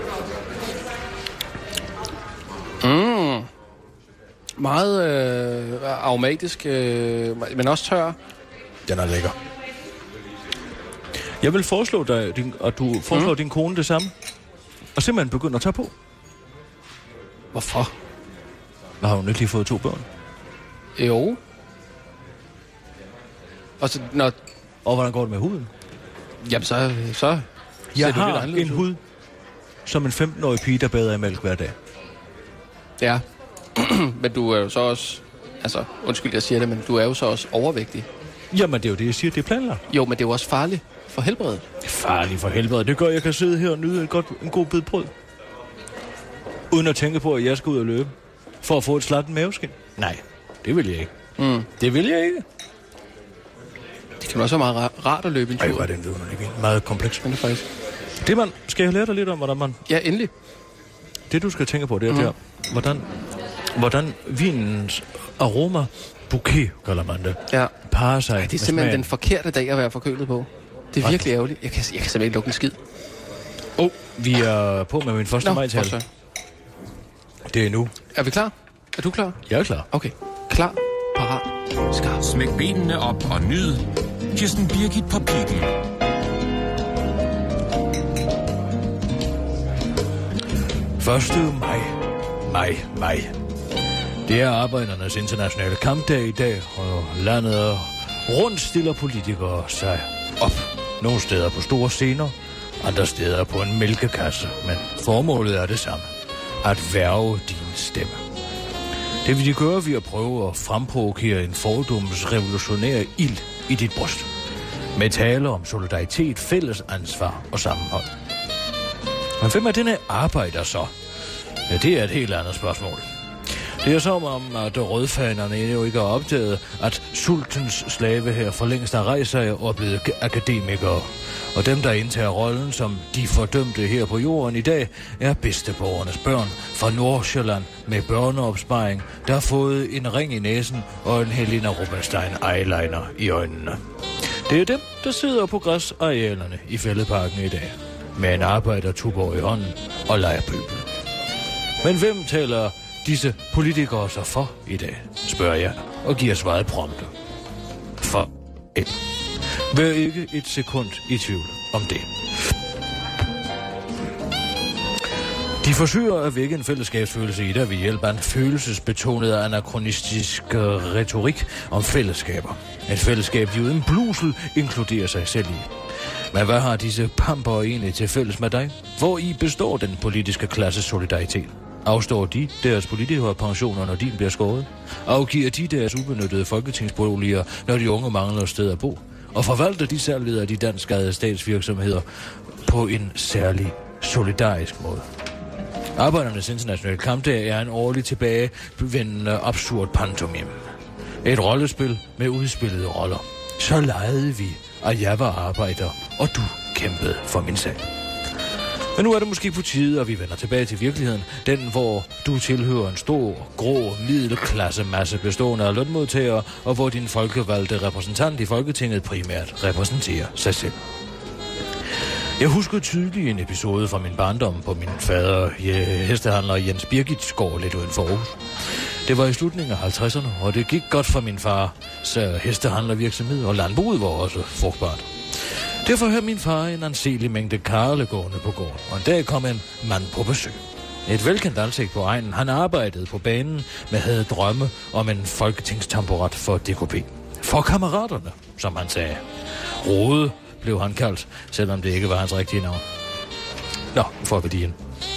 Mm. Meget øh, aromatisk, øh, men også tør. Den er lækker. Jeg vil foreslå dig, din, at du foreslår mm. din kone det samme. Og simpelthen begynde at tage på. Hvorfor? Har hun ikke lige fået to børn? Jo. Og, så, når... og hvordan går det med huden? Jamen så... så jeg har en hud som en femten-årig pige, der bader i mælk hver dag. Ja. Men du er jo så også... Altså, undskyld, jeg siger det, men du er jo så også overvægtig. Jamen, det er jo det, jeg siger. Det er planlagt. Jo, men det er jo også farligt for helbredet. Det er farligt for helbredet. Det gør, at jeg kan sidde her og nyde et godt, en god bid brød. Uden at tænke på, at jeg skal ud og løbe. For at få et slatten maveskin. Nej, det vil jeg ikke. Mm. Det vil jeg ikke. Det kan også være meget rart at løbe en tur. Ej, hvor er det en vidunderlig vin. Meget kompleks. Men det faktisk. Det, man... Skal jeg lære dig lidt om, hvordan man... Ja, endelig. Det, du skal tænke på, det er mm. der. Hvordan, hvordan vinens aroma, bouquet, kalder man det, ja. parer sig. Ej, det er simpelthen smagen. Den forkerte dag at være forkølet på. Det er virkelig ærgerligt. Jeg kan, jeg kan simpelthen ikke lukke en skid. Åh, oh, vi er på med min første majtale. Det er nu. Er vi klar? Er du klar? Jeg er klar. Okay. Klar, parat, skarp. Smæk benene op og nyd Kirsten Birgit på pikken. første maj. Maj, maj. Det er arbejdernes internationale kampdag i dag, og landet rundt stiller politikere sig op. Nogle steder på store scener, andre steder på en mælkekasse, men formålet er det samme. At værge din stemme. Det vil de gøre ved at prøve at fremprovokere en fordoms revolutionær ild i dit bryst. Med tale om solidaritet, fælles ansvar og sammenhold. Men hvem er denne arbejder så? Ja, det er et helt andet spørgsmål. Det er som om, at rødfanerne endnu ikke har opdaget, at sultens slave her for længst har rejst sig og er blevet akademikere. Og dem, der indtager rollen som de fordømte her på jorden i dag, er bedsteborgernes børn fra Nordsjælland med børneopsparing, der har fået en ring i næsen og en Helena Rubinstein eyeliner i øjnene. Det er dem, der sidder på græsarealerne i Fælledparken i dag, med en arbejdertuber i hånden og leger pøbel. Men hvem taler disse politikere så for i dag, spørger jeg, og giver svaret prompte. For et. Vær ikke et sekund i tvivl om det. De forsøger at vække en fællesskabsfølelse i dig ved hjælp af en følelsesbetonet anachronistisk retorik om fællesskaber. Et fællesskab, de uden blusel inkluderer sig selv i. Men hvad har disse pamper egentlig til fælles med dig? Hvor i består den politiske klasses solidaritet? Afstår de deres politikerpensioner, når din bliver skåret? Afgiver de deres ubenyttede folketingsboliger, når de unge mangler et sted at bo? Og forvalter de salget af de danskejede statsvirksomheder på en særlig solidarisk måde? Arbejdernes internationale kampdag er en årlig tilbagevendende absurd pantomime. Et rollespil med udspillede roller. Så legede vi, at jeg var arbejder, og du kæmpede for min sag. Men nu er det måske på tide, at vi vender tilbage til virkeligheden. Den, hvor du tilhører en stor, grå, middelklasse masse bestående af lønmodtagere, og hvor din folkevalgte repræsentant i Folketinget primært repræsenterer sig selv. Jeg husker tydeligt en episode fra min barndom på min fader, hestehandler Jens Birgits gård lidt uden for Aarhus. Det var i slutningen af halvtredserne, og det gik godt for min far, så hestehandlervirksomhed og landbruget var også frugtbart. Derfor havde min far en anselig mængde karle gående på gården, og en dag kom en mand på besøg. Et velkendt ansigt på egnen. Han arbejdede på banen, men havde drømme om en folketingstemporat for D K P. For kammeraterne, som han sagde. Rode blev han kaldt, selvom det ikke var hans rigtige navn. Nå, for værdien.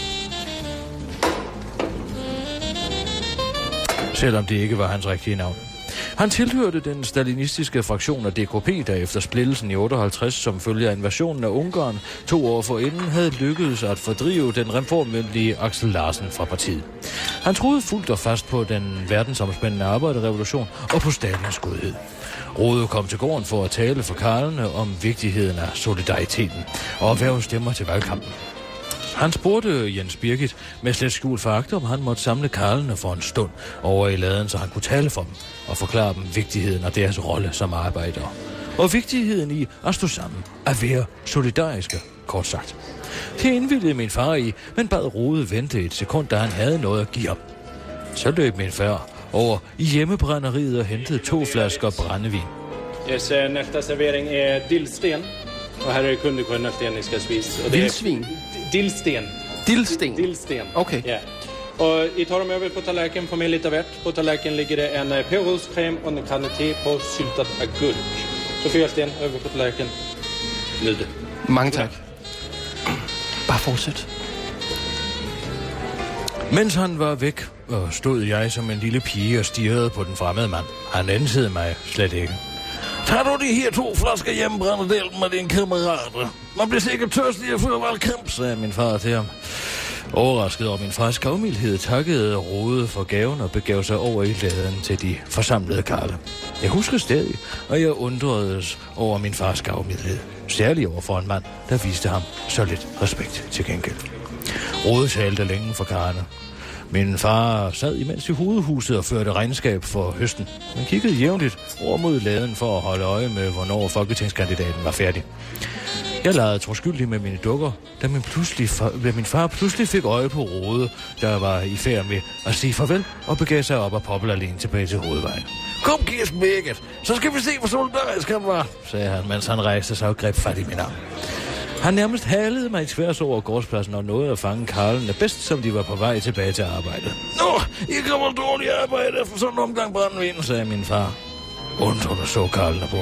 Selvom det ikke var hans rigtige navn. Han tilhørte den stalinistiske fraktion af D K P, der efter splittelsen i otteoghalvtreds som følge af invasionen af Ungarn to år forinden havde lykkedes at fordrive den reformvenlige Axel Larsen fra partiet. Han troede fuldt og fast på den verdensomspændende arbejderrevolution og på Stalins godhed. Rode kom til gården for at tale for karlene om vigtigheden af solidariteten og erhverve stemmer til valgkampen. Han spurgte Jens Birgit med slet skjult foragt, om han måtte samle karlene for en stund over i laden, så han kunne tale for dem og forklare dem vigtigheden af deres rolle som arbejdere. Og vigtigheden i at stå sammen, at være solidariske, kort sagt. Det indvildede min far i, men bad Rode vente et sekund, da han havde noget at give ham. Så løb min far over i hjemmebrænderiet og hentede to flasker brændevin. Yes, næste servering er dillsten. Og her er kundegrøn afdelningsvis. Vildsvin? Dillsten. Dillsten? Dillsten. Okay. Ja. Och I tar dem över på tallerken, får med lite av hvert. På tallerken ligger det en pärlrotskräm och en kanne te på syltad agurk. Så fyra sten över på tallerken. Nyd det. Mange tak. Bare fortsæt. Mens han var væk, stod jeg som en lille pige og stirrede på den fremmede mand. Han ansede mig slet ikke. Tager du de her to flasker hjemmebrændte del med dine kammerater? Man bliver sikkert tørstig at føre valgkamp, sagde min far til ham. Overrasket over min fars gavmildhed, takkede Rode for gaven og begav sig over i laden til de forsamlede karle. Jeg husker stadig, og jeg undredes over min fars gavmildhed. Særligt over for en mand, der viste ham så lidt respekt til gengæld. Rode talte længe for karlene. Min far sad imens i hovedhuset og førte regnskab for høsten. Man kiggede jævnligt over mod laden for at holde øje med, hvornår folketingskandidaten var færdig. Jeg legede troskyldig med mine dukker, da min, pludselig far, da min far pludselig fik øje på Rode, der var i færd med at sige farvel og begav sig op ad Poppelalleen tilbage til hovedvejen. Kom, Kirsten Birgit, så skal vi se, hvor solidarisk han var, sagde han, mens han rejste sig og greb fat i min arm. Han nærmest halede mig tværs over gårdspladsen og nåede at fange karlene bedst, som de var på vej tilbage til arbejdet. Nå, I kommer dårligt arbejde for sådan en omgang brændvin, sagde min far. Undrende så karlene på ham.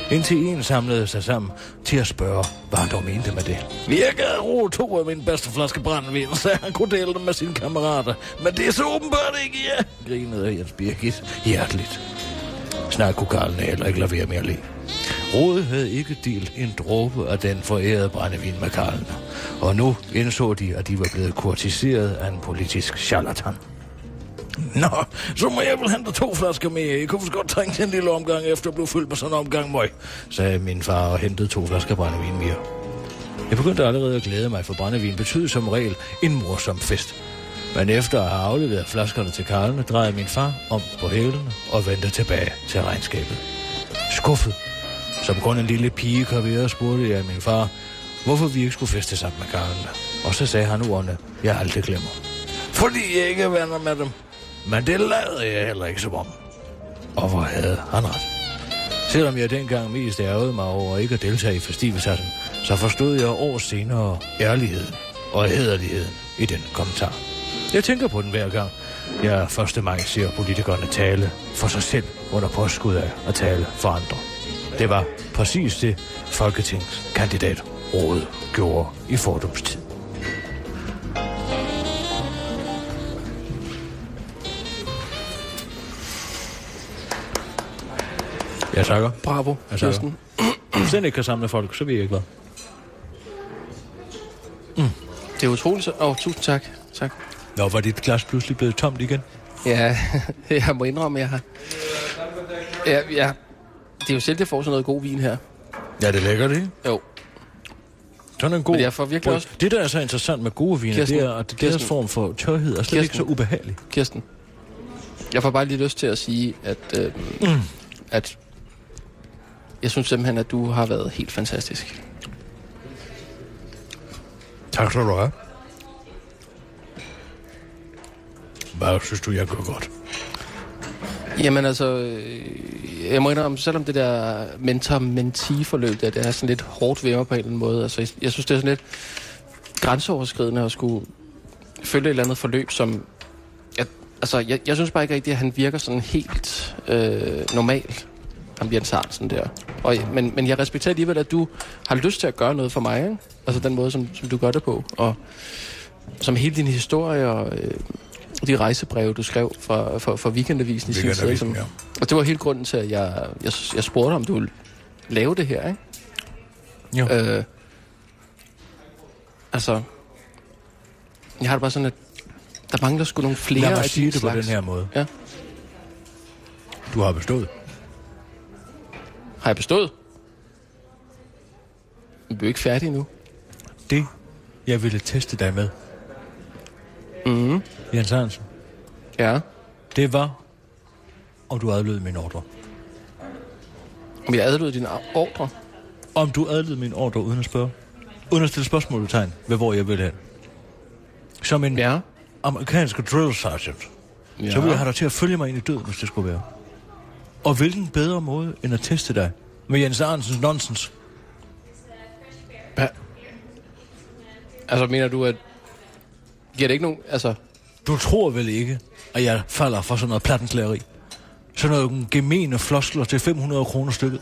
Indtil en samlede sig sammen til at spørge, hvad han dog mente med det. Vi har givet ro to af mine bedste flaske brændevin, så han kunne dele dem med sine kammerater. Men det er så åbenbart ikke, ja, grinede Jens Birgit hjerteligt. Snart kunne Karlene heller ikke lade være med at le. Rode havde ikke delt en dråbe af den forærede brændevin med Karlene. Og nu indså de, at de var blevet kurtiseret af en politisk charlatan. Nå, så må jeg vel hente to flasker mere. Jeg kunne vist godt trænge til en lille omgang efter at blive fyldt med sådan en omgang møg, sagde min far og hentede to flasker brændevin mere. Jeg begyndte allerede at glæde mig, for brændevin betød som regel en morsom fest. Men efter at have afleveret flaskerne til Karlene, drejede min far om på hælene og vendte tilbage til regnskabet. Skuffet, som kun en lille pige kan være, spurgte jeg min far, hvorfor vi ikke skulle feste sammen med Karlene. Og så sagde han ordene, jeg aldrig glemmer. Fordi jeg ikke er venner med dem. Men det lavede jeg heller ikke som om. Og hvor havde han ret. Selvom jeg dengang mest ærgede mig over ikke at deltage i festivisassen, så forstod jeg år senere ærligheden og hæderligheden i den kommentar. Jeg tænker på den hver gang, jeg første maj ser politikerne tale for sig selv under påskud af at tale for andre. Det var præcis det, folketingskandidat Rode gjorde i fordomstid. Jeg takker. Bravo, Kirsten. Hvis den ikke kan samle folk, så vil jeg ikke hvad. Mm. Det er utroligt. Åh, oh, tusind tak. tak. Nå, var dit glas pludselig blevet tomt igen? Ja, jeg må indrømme, jeg har... Ja, ja. Det er jo selv, det får sådan noget god vin her. Ja, det er lækkert, ikke? Jo. Sådan en god... Men jeg får virkelig også... Det, der er så interessant med gode viner, Kirsten, det er, at deres form for tørhed er slet Kirsten, ikke så ubehagelig. Kirsten, jeg får bare lige lyst til at sige, at... Øh, mm. at jeg synes simpelthen, at du har været helt fantastisk. Tak skal du have. Hvad synes du, jeg gør godt? Jamen altså, jeg må indrømme, selvom det der mentor-mentee-forløb, der, det er sådan lidt hårdt ved mig på en eller anden måde. Altså, jeg, jeg synes, det er sådan lidt grænseoverskridende at skulle følge et eller andet forløb, som... Jeg, altså, jeg, jeg synes bare ikke rigtigt, at han virker sådan helt øh, normalt. Ham Jens Hansen der. Og, men, men jeg respekterer alligevel, at du har lyst til at gøre noget for mig, ikke? Altså den måde, som, som du gør det på. Og som hele din historie og øh, de rejsebreve, du skrev for, for, for Weekendavisen i sin tid. Som, ja. Og det var hele grunden til, at jeg, jeg, jeg spurgte, om du ville lave det her, ikke? Jo. Øh, altså, jeg har det bare sådan, at der mangler sgu nogle flere... Lad mig sige det slags. På den her måde. Ja. Du har bestået. Har jeg bestået? Vi er jo ikke færdige nu. Det, jeg ville teste dig med, mm-hmm. Jens Hansen, ja. Det var, om du adlød min ordre. Om jeg adlød din ordre? Om du adlød min ordre uden at spørge. Uden at stille spørgsmålstegn ved, hvor jeg ville hen. Som en ja. amerikansk drill sergeant. Ja. Så ville jeg have dig til at følge mig ind i døden, hvis det skulle være. Og hvilken bedre måde, end at teste dig med Jens Arnsens nonsens? Ja. Altså, mener du, at... Giver det ikke nogen... Altså... Du tror vel ikke, at jeg falder for sådan noget plattenslageri? Sådan noget gemene floskler til fem hundrede kroner stykket?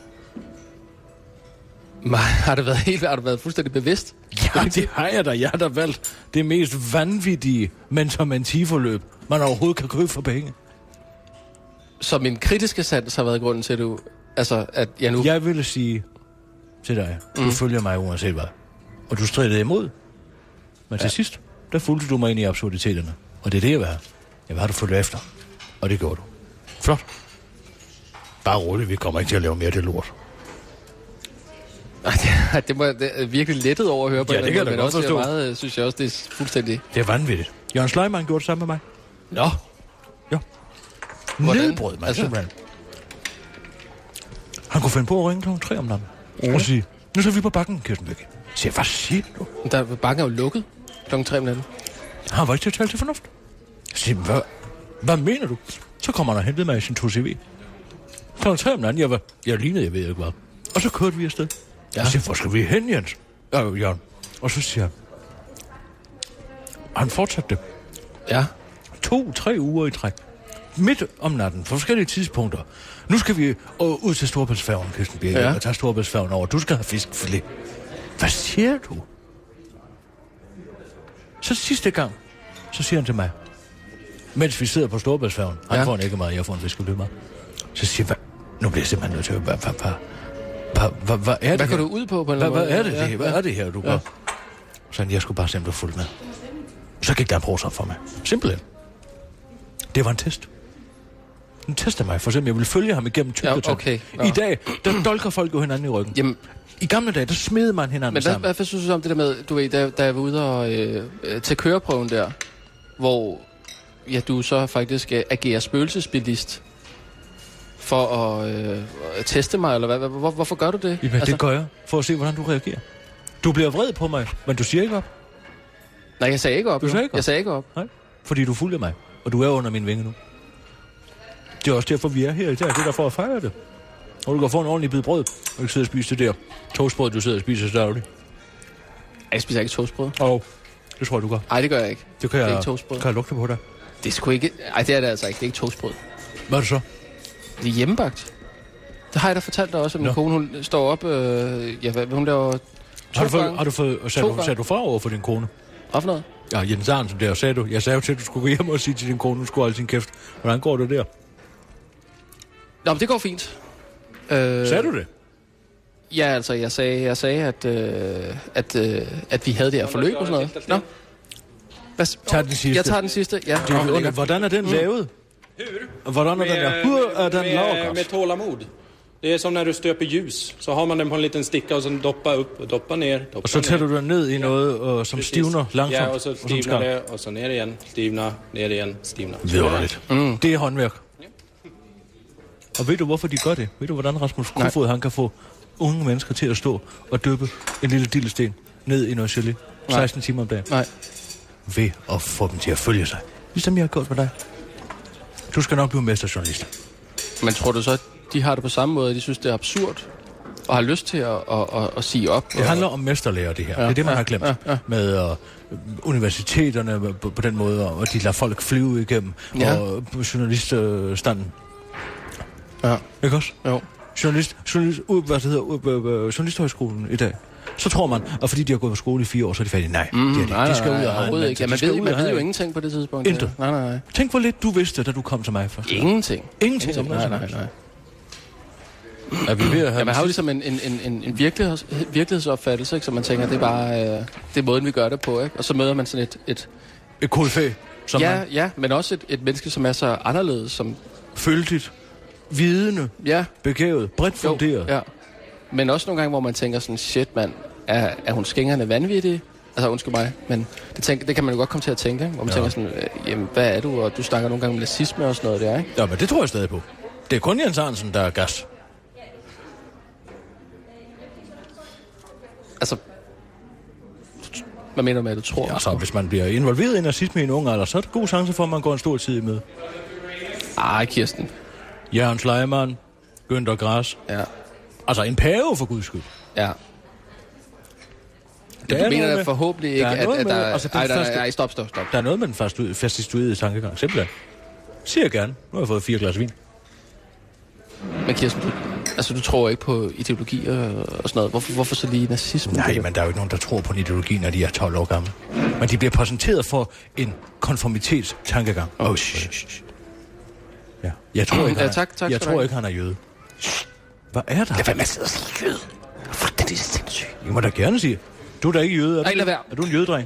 Men har det været helt... Har det været fuldstændig bevidst? Ja, det har jeg da. Jeg har da valgt det mest vanvittige mentor-mentee-forløb, man overhovedet kan købe for penge. Så min kritiske sans har været grunden til, at du... Altså, at jeg nu... Jeg ville sige til dig, du mm. følger mig uanset hvad. Og du stridede imod. Men ja. Til sidst, der fulgte du mig ind i absurditeterne. Og det er det, jeg vil have. Jeg vil have, du følge efter. Og det gjorde du. Flot. Bare roligt, vi kommer ikke til at lave mere af det lort. Ej, det, må, det er virkelig lettet over at høre på. Ja, det kan jeg da godt forstå. Meget, synes jeg også, det er fuldstændig... Det er vanvittigt. Jørgen Schleimann gjorde det sammen med mig. Nå. Ja. Nedbrød mig altså... simpelthen. Han kunne finde på at ringe klokken tre om natten. Mm. Og sige, nu skal vi på bakken, Kirsten Birgit. Så hvad siger du? Der bakken er jo lukket klokken tre om natten. Han var ikke til at tale til fornuft. Så hvad, hvad mener du? Så kommer han og hentede mig i sin to C V. Klokken tre om natten, jeg var, jeg lignede, jeg ved ikke hvad. Og så kørte vi afsted. Ja. Og så siger, hvor skal vi hen, Jens? Ja, Jørgen. Og så siger han, han fortsatte det. Ja. To, tre uger i træk. midt om natten, på forskellige tidspunkter. Nu skal vi øh, ud til Storebæltsfærgen, Kirsten Birgit, ja. og tage Storebæltsfærgen over. Du skal have fiskfilet. Hvad siger du? Så sidste gang, så siger han til mig, mens vi sidder på Storebæltsfærgen, han ja. får en ikke meget, jeg får en fiskfilet meget. Så siger jeg, nu bliver jeg simpelthen nødt til at... Hvad, hvad, hvad, hvad, hvad, hvad er det Hvad her? går du ud på? på hvad, hvad er det, ja, det? Hvad ja. er det her, du gør? Ja. Så han, jeg skulle bare se, om du fulgte med. Så gik der en pros op for mig. Simpelthen. Det var en test. Den testede mig, for eksempel, jeg ville følge ham igennem tykketøj. Ja, okay. Ja. I dag, der dolker folk jo hinanden i ryggen. Jamen, i gamle dage, der smedede man hinanden men sammen. Men hvad synes du om det der med, du ved, da, da jeg var ude og øh, til køreprøven der, hvor ja, du så faktisk øh, agerer spøgelsesbilist for at øh, teste mig, eller hvad? Hvor, hvorfor gør du det? Jamen, altså, det gør jeg, for at se, hvordan du reagerer. Du bliver vred på mig, men du siger ikke op. Nej, jeg sagde ikke op. Du sagde ikke op? Jeg sagde ikke op. Nej, fordi du fulgte mig, og du er under min vinge nu. Det er også derfor, vi er her i dag. Det er derfor at fejre det. Og du kan få en ordentlig bid brød, og ikke sidde og spise det der toastbrød, du sidder og spiser så dagligt. Jeg spiser ikke toastbrød. Åh, oh, det tror jeg, du gør. Nej, det gør jeg ikke. Det kan det jeg, er ikke toastbrød. Kan jeg lugte på dig? Det er sgu ikke... Ej, det er det altså ikke. Det er ikke toastbrød. Hvad er det så? Det er hjemmebagt. Det har jeg da fortalt dig også, at min no. kone, hun står op... Øh, ja, hvad hun laver... Har du fået... Har du fået sagde, du, sagde du fra over for din kone? Hvad for noget? Ja, Jens Arnsen der, sagde du. Jeg sagde jo til, at du skulle gå hjem og sige til din kone, du skulle holde sin kæft. Hvordan går det der? Nå, men det går fint. Øh, sagde du det? Ja, altså, jeg sagde, jeg sagde at, øh, at, øh, at vi havde det her forløb og sådan noget. Nå. Hvad, Tag den sidste. Jeg tager den sidste, ja. Det er under, hvordan er den mm. lavet? Hur? Hvordan er den der? Hur er den lavet? Med tålamod. Det är som när du stöper ljus. Så har man den på en liten sticka och sen doppa upp och doppa ner. Doppa och så tager du den ned i noget, og, som Precis. stivner langsomt. Ja, och så stivnar det, och så ner igen. Stivnar, ner igen, stivnar. Vidunderligt. Mm. Det er håndværk. Ja. Og ved du, hvorfor de gør det? Ved du, hvordan Rasmus Kofoed, han kan få unge mennesker til at stå og dyppe en lille dillesten ned i noget gelé seksten timer om dagen? Nej. Ved at få dem til at følge sig. Ligesom jeg har gjort med dig. Du skal nok blive mesterjournalist. Men tror du så, at de har det på samme måde, de synes, det er absurd, og har lyst til at, at, at, at sige op? Det handler om mesterlærer, det her. Ja, det er det, man ja, har glemt. Ja, ja. Med uh, universiteterne på, på den måde, og de lader folk flyve igennem, ja. og journaliststanden. Ja. Ikke også? Jo. Journalist, journalist, uh, hvad det hedder, uh, uh, journalisthøjskolen i dag. Så tror man, at fordi de har gået på skole i fire år, så er de færdige. Nej, mm, de, er de, nej, de skal nej, ud og have en ikke. Ja, man ved, man ved jo ingenting på det tidspunkt. Intet. Nej, nej, nej. Tænk, hvor lidt du vidste, da du kom til mig først. Ingenting. Ingenting. Ingenting. Nej, nej, nej. Er vi ved at have ja, man har jo ligesom en, en, en, en virkeligheds, virkelighedsopfattelse, ikke? Så man tænker, det er bare øh, det er måden, vi gør det på, ikke? Og så møder man sådan et... Et, et koryfæ, som ja, man... ja, men også et, et menneske, som er så anderledes, som... Føltigt, vidende, ja. begavet, bredt funderet. Jo, ja. Men også nogle gange, hvor man tænker sådan, shit, mand, er, er hun skængerne vanvittig? Altså, undskyld mig, men det, tænker, det kan man jo godt komme til at tænke, ikke? Hvor man ja. tænker sådan, øh, jamen, hvad er du? Og du snakker nogle gange om nazisme og sådan noget der, ikke? Ja, men det tror jeg stadig på. Det er kun Jens Arnsen, der er gas. Altså, hvad mener du med, at du tror? Ja, så hvis man bliver involveret i nazisme i en ung alder, så er det god chance for, at man går en stor tid med. Ej, Kirsten. Jørgen Schleimann, Günther Grass. Ja. Altså en pave, for guds skyld. Ja. Du mener da forhåbentlig ikke, at, at der... Altså, ej, der, første, ej, stop, stop, stop. Der er noget med den fascistoide tankegang, simpelthen. Siger jeg gerne. Nu har jeg fået fire glas vin. Men Kirsten, du, altså du tror ikke på ideologi og, og sådan noget. Hvorfor, hvorfor så lige nazisme? Nej, men der er jo ikke nogen, der tror på en ideologi, når de er tolv år gamle. Men de bliver præsenteret for en konformitetstankegang. Åh, oh, shh, shh. Ja. Jeg tror ikke, ja, han, tak, tak, jeg tror ikke, han er jøde. Hvad er der? Det er fandme sidder og sige jøde. Det er sindssygt. Jeg må da gerne sige. Du er da ikke jøde. Er Nej, lad være. Er du en jødedreng?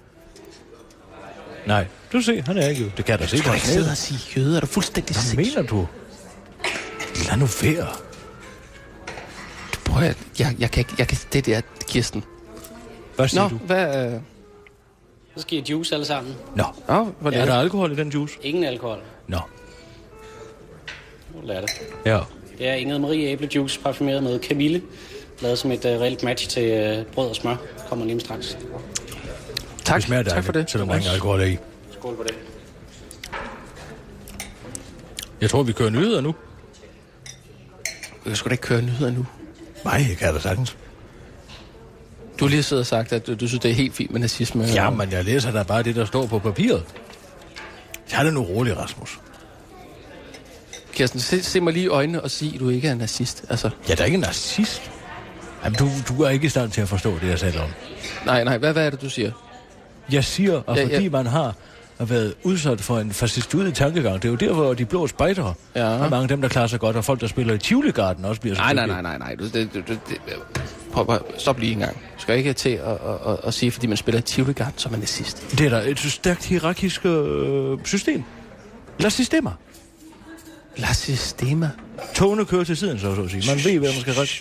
Nej, du ser, han er ikke jøde. Det kan jeg da se. Du skal ikke sidde og sige jøde. Er du fuldstændig sindssygt? Hvad mener du? Lad nu være. Du prøver at... Jeg, jeg kan ikke... Jeg kan, det der, Kirsten. Hvad siger Nå, du? hvad... Øh... Så skal I juice alle sammen. Nå. Nå, hvad er, er der alkohol i den juice? Ingen alkohol. Nå. Nu lader det. Ja. Det er Ingrid Marie æblejuice parfumeret med kamille. Lavet som et uh, reelt match til uh, brød og smør. Kommer lige straks. Tak, det smager dejligt, tak for det. Selvom der ingen alkohol er i. Skål på det. Jeg tror, vi kører nyheder nu. Jeg skulle da ikke køre nyheder nu. Nej, jeg kan da sagtens. Du har lige siddet og sagt, at du, du synes, det er helt fint med nazisme. Ja, men jeg læser da bare det, der står på papiret. Jeg er da nu rolig, Rasmus. Kirsten, se, se mig lige i øjnene og sig, at du ikke er nazist. Altså. Jeg er da ikke en nazist. Jamen, du, du er ikke i stand til at forstå det, jeg sagde om. Nej, nej, hvad, hvad er det, du siger? Jeg siger, at ja, fordi ja. man har været udsat for en fascistoid tankegang, det er jo der, hvor de blå spejdere, ja. Der er mange af dem, der klarer sig godt, og folk, der spiller i Tivoli-garden også bliver så Nej, nej, nej, nej, nej. Du, det, det, det, prøv, prøv, stop lige en gang. Du skal ikke til at, at, at, at sige, fordi man spiller i Tivoli-garden, så er man nazist. Det er da et stærkt hierarkisk øh, system. La Sistema. La Sistema? Togene kører til siden, så, så at sige. Man ved, hvad man skal rette.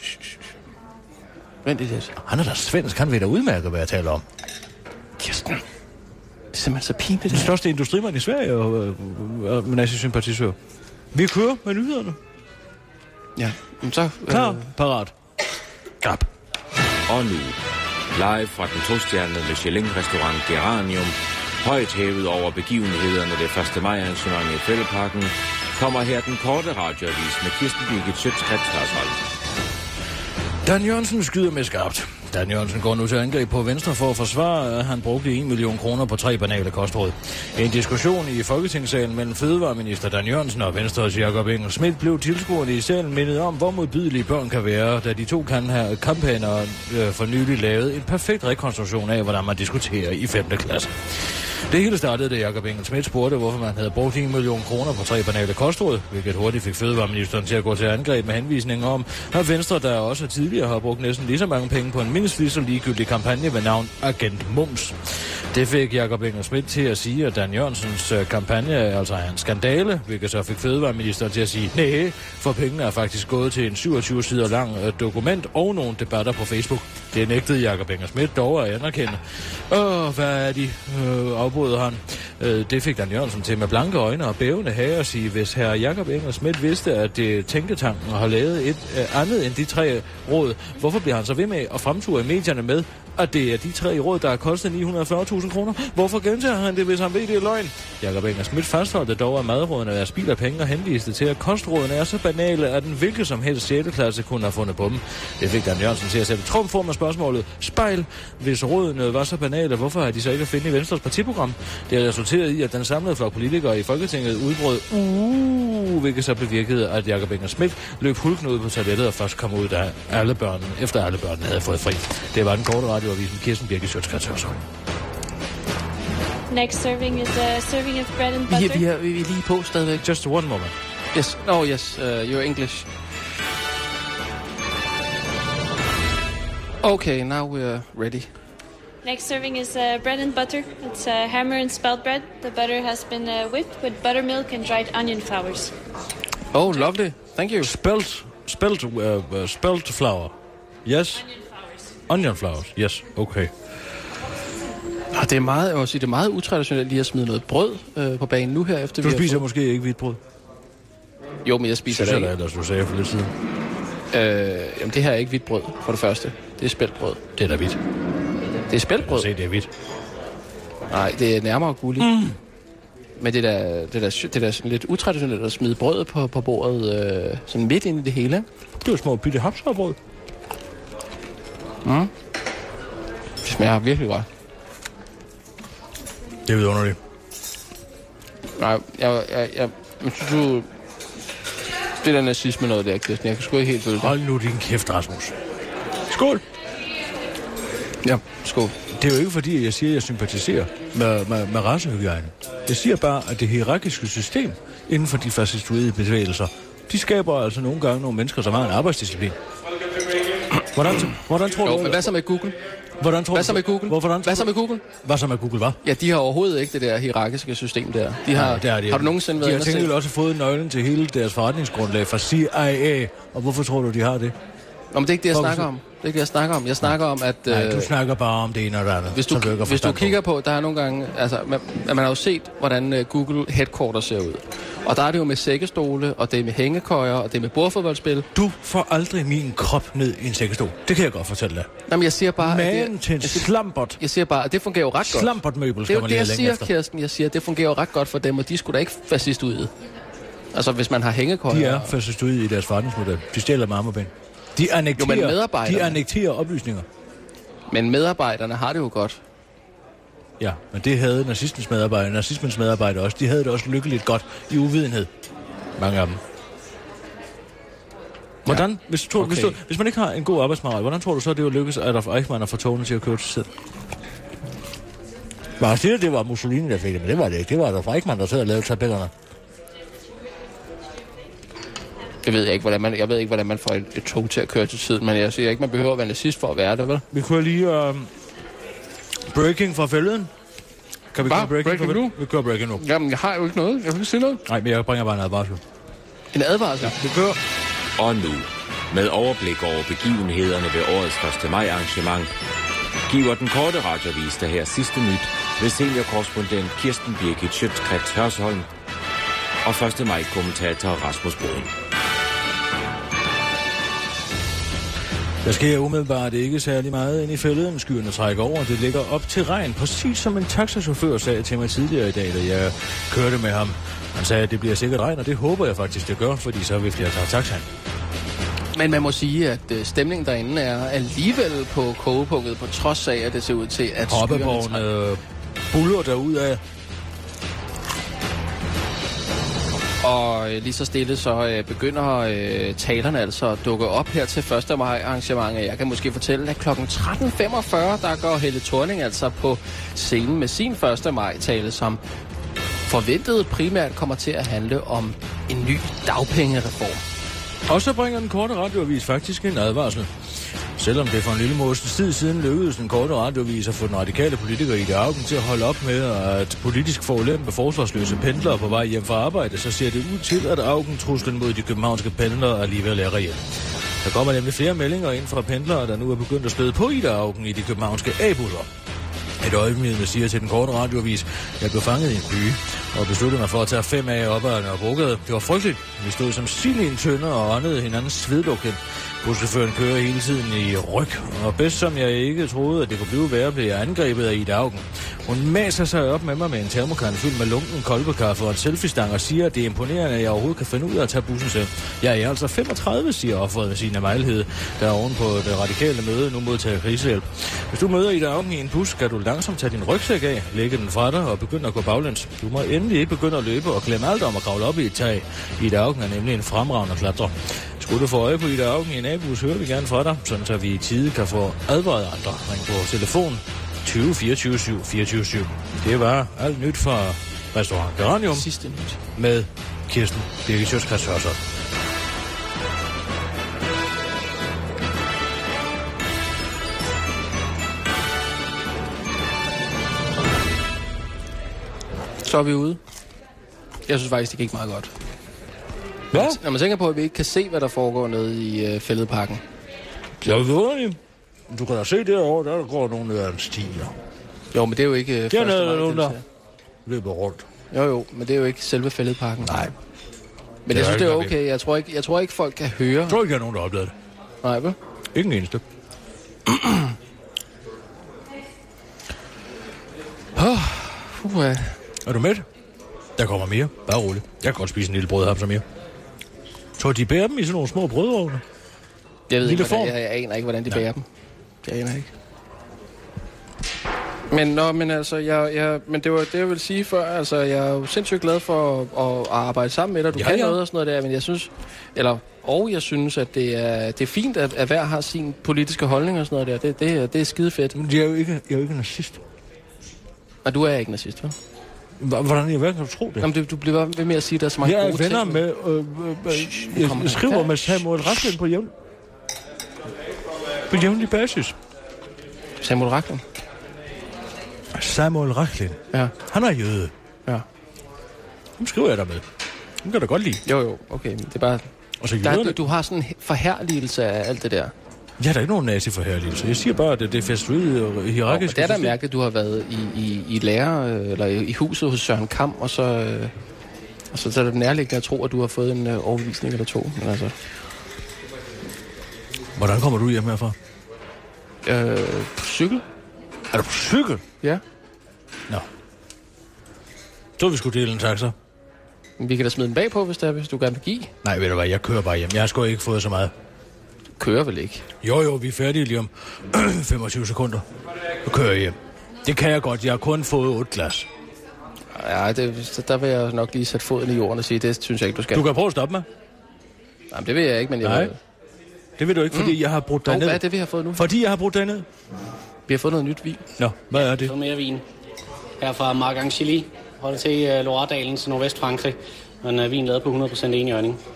Vent lidt. Han er da svensk, han ved da udmærket, hvad jeg taler om. Kirsten. Det er simpelthen så pinligt. Den største industrimand i Sverige og øh, øh, nazisympatisør. Vi kører med nyhederne. Ja, så... Øh... Klar, parat. Klap. Og nu, live fra den tostjernede Michelin-restaurant Geranium, højt hævet over begivenhederne det første maj-arrangement i Fælleparken, kommer her den korte radioavis med Kirsten Birgit Schøtz-Krets. Dan Jørgensen skyder med skarpt. Dan Jørgensen går nu til angreb på Venstre for at forsvare, at han brugte en million kroner på tre banale kostråd. En diskussion i Folketingssalen mellem fødevareminister Dan Jørgensen og Venstres Jakob Engel-Schmidt blev tilskuerne i salen mindet om, hvor modbydelige børn kan være, da de to kan have kampagner øh, for nylig lavet en perfekt rekonstruktion af, hvordan man diskuterer i femte klasse. Det hele startede, da Jakob Engel-Schmidt spurgte, hvorfor man havde brugt en million kroner på tre banale kostråd, hvilket hurtigt fik fødevareministeren til at gå til angreb med henvisning om, at Venstre, der også tidligere har brugt næsten lige så mange penge på en mindst lige så ligegyldig kampagne ved navn Agent Mums. Det fik Jakob Engel-Schmidt til at sige, at Dan Jørgensens kampagne altså er en skandale, hvilket så fik fødevareministeren til at sige, nej, for pengene er faktisk gået til en syvogtyve sider lang dokument og nogle debatter på Facebook. Det nægtede Jakob Engel-Schmidt dog at anerkende. Åh, hvad er de? Øh, afbrød han. Øh, det fik Dan Jørgensen til med blanke øjne og bævende hage at sige, hvis herre Jakob Engel-Schmidt vidste, at det tænketanken har lavet et øh, andet end de tre råd, hvorfor bliver han så ved med at fremture i medierne med, at det er de tre råd, der har kostet ni hundrede og fyrre tusind kroner? Hvorfor gentager han det, hvis han ved, det er løgn? Jakob Engel-Schmidt fastholdte dog, at madrådene er spild af penge og henviste til, at kostrådene er så banale, at den hvilket som helst sjette klasse kunne have fundet på dem. Det fik Dan Jørgensen til at sætte trumf for med spørgsmålet: Spejl, hvis rådene var så banale, hvorfor har de så ikke at finde i Venstres partiprogram? Det har resulteret i, at den samlede flok politikere i Folketinget udbrød uh, hvilket så bevirkede, at Jakob Engel-Schmidt løb hulken ud på toilettet og først kom ud, da alle børnene, efter alle børnene havde fået fri. Det var den korte radioavisen Kirsten Birgit Schøtz-Krets. Next serving is a serving of bread and butter. Vi, vi, er, vi er lige på stadigvæk. Just one moment. Yes. Oh, yes. Uh, you're English. Okay, now we're ready. Next serving is uh, bread and butter. It's uh, hammer and spelt bread. The butter has been uh, whipped with buttermilk and dried onion flowers. Oh, lovely. Thank you. Spelt, spelt, uh, uh, spelt flour. Yes. Onion flowers. Onion flowers. Yes. Okay. Og det er meget, jeg må sige, det er meget utraditionelt lige at smide noget brød øh, på banen nu her efter. Du vi spiser fået... måske ikke hvidt brød? Jo, men jeg spiser det ikke. Det ellers, du sagde for lidt siden. Øh, jamen, det her er ikke hvidt brød, for det første. Det er spæltbrød. Det er da hvidt. Det er spæltbrød? Se, det er hvidt. Nej, det er nærmere gulligt. Mm. Men det er da, det er da, det er da sådan lidt utraditionelt at smide brødet på, på bordet, øh, sådan midt ind i det hele. Det er jo små bitte hapsørbrød. Mm. Det smager virkelig godt. Det er vidunderligt. Nej, jeg, jeg, jeg, jeg synes du... Det der nazisme noget der, Kirsten. Jeg kan sgu ikke helt følge det. Hold nu din kæft, Rasmus. Skål! Ja, skål. Det er jo ikke fordi, jeg siger, at jeg sympatiserer med, med, med racehygiejne. Jeg siger bare, at det hierarkiske system inden for de fascistoide bevægelser, de skaber altså nogle gange nogle mennesker, som har en arbejdsdisciplin. Hvordan, hvordan tror jo, du... men hvad så med Google? Hvordan tror hvad så med Google? Hvor, hvordan hvad så med Google? Hvad så med Google, hvad? Ja, de har overhovedet ikke det der hierarkiske system der. De har, ja, det er de. Har du nogensinde været... De har tænkt også fået nøglen til hele deres forretningsgrundlag fra C I A. Og hvorfor tror du, de har det? Nå, men det er ikke det, jeg Hvorfor? snakker om. Det er ikke det, jeg snakker om. Jeg snakker om, at... Nej, du snakker bare om det ene og det andet. Hvis du, du hvis du kigger på, der er nogle gange... Altså, man, man har jo set, hvordan uh, Google Headquarter ser ud. Og der er det jo med sækkestole, og det er med hængekøjer, og det er med bordfodboldspil. Du får aldrig min krop ned i en sækkestol. Det kan jeg godt fortælle dig. Jamen, jeg siger bare... Men til en slampert. Jeg siger bare, at det fungerer jo ret godt. Slampertmøbel skal man lige længe efter. Det er jo det, jeg siger, efter. Kirsten. Jeg siger, at det fungerer jo ret godt for dem, og de skulle da ikke fascistoide. Altså, hvis man har hængekøjer... De er fascistoide i deres forretningsmodel. De stjæler med arm og ben. De annekterer, jo, de annekterer oplysninger. Men medarbejderne har det jo godt. Ja, men det havde nazismens medarbejdere, nazismens medarbejdere også. De havde det også lykkeligt godt i uvidenhed. Mange af dem. Hvordan, hvis, du, okay. hvis, du, hvis man ikke har en god arbejdsmarked, hvordan tror du så, det vil lykkes, at Adolf Eichmann at få togene til at køre til selv? Man siger, det var Mussolini, der fik det, men det var det ikke. Det var Adolf Eichmann, der sad og lavede tabellerne. Jeg ved ikke, hvordan man, jeg ved ikke, hvordan man får et, et tog til at køre til tiden, men jeg siger ikke, man behøver at være nazist for at være det, vel? Vi kører lige uh, breaking fra fælden. Kan vi bare køre breaking, breaking nu? Vi kører breaking nu. Jamen, jeg har jo ikke noget. Jeg kan ikke sige noget. Nej, men jeg bringer bare en advarsel. En advarsel? Ja, vi kører. Og nu, med overblik over begivenhederne ved årets første maj arrangement, giver den korte radiovis der her sidste nyt ved seniorkorrespondent Kirsten Birgit Schøtz-Krets Hørsholm og første maj kommentator Rasmus Broen. Der sker umiddelbart ikke særlig meget ind i fælden. Skyerne trækker over. Det ligger op til regn, præcis som en taxachauffør sagde til mig tidligere i dag, da jeg kørte med ham. Han sagde, at det bliver sikkert regn, og det håber jeg faktisk, det gør, fordi så vil flere tage taxaen. Men man må sige, at stemningen derinde er alligevel på kogepunktet, på trods af, at det ser ud til, at hoppeborgene buller derudad. Og lige så stille, så øh, begynder øh, talerne altså at dukke op her til første maj arrangementet. Jeg kan måske fortælle, at klokken tretten femogfyrre, der går Helle Thorning altså på scenen med sin første maj tale, som forventet primært kommer til at handle om en ny dagpengereform. Og så bringer den korte radioavis faktisk en advarsel. Selvom det for en lille måneds tid siden lykkedes den korte radioavis at få den radikale politiker Ida Auken til at holde op med at politisk forulempe forsvarsløse pendlere på vej hjem fra arbejde, så ser det ud til, at Auken-truslen mod de københavnske pendlere alligevel er reel. Der kommer nemlig flere meldinger ind fra pendlere, der nu er begyndt at støde på Ida Auken i de københavnske A-busser. Et øjeblikket siger til den korte radioavis, jeg blev fanget i en by og besluttede mig for at tage fem af op ad Nørrebrogade. Det var frygteligt. Vi stod som sild i en tønder og åndede hinandens svedlugt hen. Buschaufføren kører hele tiden i ryg, og bedst som jeg ikke troede, at det kunne blive værre, blev jeg angrebet af Ida Auken. Hun maser sig op med mig med en termokan fyldt med lunken kolbekaffe og en selfie-stang og siger, at det er imponerende, at jeg overhovedet kan finde ud af at tage bussen selv. Jeg er altså femogtredive, siger offeret med sin mejlighed, der er oven på det radikale møde nu modtager krisehjælp. Hvis du møder Ida Auken i en bus, skal du langsomt tage din rygsæk af, lægge den fra dig og begynde at gå baglæns. Du må endelig ikke begynde at løbe og glemme alt om at kravle op i et tag. Ida Auken er nemlig en fremragende klatrer. Skulle du få øje på Ida Auken i en A-bus, hører vi gerne fra dig, sådan så vi i tide kan få advaret andre. Ring på telefon tyve fireogtyve syv fireogtyve syv. Det var alt nyt fra Restaurant Geranium. Sidste nyt. Med Kirsten Birgit Schøtz-Krets Hørsholm. Så er vi ude. Jeg synes faktisk, det gik meget godt. Hvad? Når man tænker på, at vi ikke kan se, hvad der foregår nede i øh, fældeparken. Jeg er videre. Du kan da se derovre, der går nogen ned ad en stiger. Jo, men det er jo ikke øh, første maj. Der er nogen, der løber rundt. Jo, jo, men det er jo ikke selve fældeparken. Nej. Men det jeg synes, det er okay. Jeg tror, ikke, jeg tror ikke, folk kan høre. Jeg tror ikke, der er nogen, der har oplevet det. Nej, vel? Ikke en eneste. oh, uh. Er du med? Der kommer mere. Bare roligt. Jeg kan godt spise en lille brød her som mere. Så de bærer dem i sådan nogle små brødovne? Jeg ved ikke, hvordan, jeg, jeg aner ikke, hvordan de Nej. bærer dem. Jeg aner ikke. Men, nå, men altså, jeg, jeg, men det var det, jeg ville sige før. Altså, jeg er jo sindssygt glad for at, at arbejde sammen med dig. Du ja, kan ja. noget og sådan noget der, men jeg synes, eller, og jeg synes, at det er, det er fint, at, at hver har sin politiske holdning og sådan noget der. Det, det, det er skide fedt. Men jeg er jo ikke, jeg er jo ikke nazist. Og du er ikke nazist, hva'? Hvordan i verden kan du tro det? Jamen, du, du bliver ved med at sige, at der er så mange jeg gode ting. Jeg er venner med... Øh, øh, Shh, jeg, jeg skriver færd. med Samuel Rachlin på jævn... På jævnlig basis. Samuel Rachlin? Samuel Rachlin? Ja. Han er jøde. Ja. Dem skriver jeg der med. Dem kan du godt lide. Jo, jo. Okay, men det er bare... Og så der, du, du har sådan en forherligelse af alt det der. Ja, der er ikke nogen nazi-forherligelse. Jeg siger bare, at det er festuelt og hierarkisk. Det er da mærkeligt, at du har været i, i, i lærer, eller i, i huset hos Søren Kam, og så, øh, og så, så er det nærliggende at tro, at du har fået en øh, overbevisning eller to. Men altså... Hvordan kommer du hjem herfra? Øh, på cykel. Er du på cykel? Ja. Nå. Så vi skulle dele en taxa. Vi kan da smide den bagpå, hvis, der, hvis du gerne vil give. Nej, ved du hvad, jeg kører bare hjem. Jeg har sgu ikke fået så meget. Kører vel ikke? Jo, jo, vi er færdige lige om femogtyve sekunder. Nu kører jeg hjem. Det kan jeg godt. Jeg har kun fået otte glas. Ja, det, der vil jeg nok lige sætte foden i jorden og sige, det synes jeg ikke, du skal. Du kan prøve at stoppe mig. Jamen, det vil jeg ikke, men jeg Nej. vil... Det vil du ikke, fordi mm. jeg har brudt dig oh, ned. Hvad er det, vi har fået nu? Fordi jeg har brudt dig ned. Vi har fået noget nyt vin. Nå, hvad ja, er det? Noget mere vin. Her fra Margangeli, holder til uh, Loire-dalen til Nordvest Frankrig. Og en uh, vin lavet på hundrede procent enhjørning.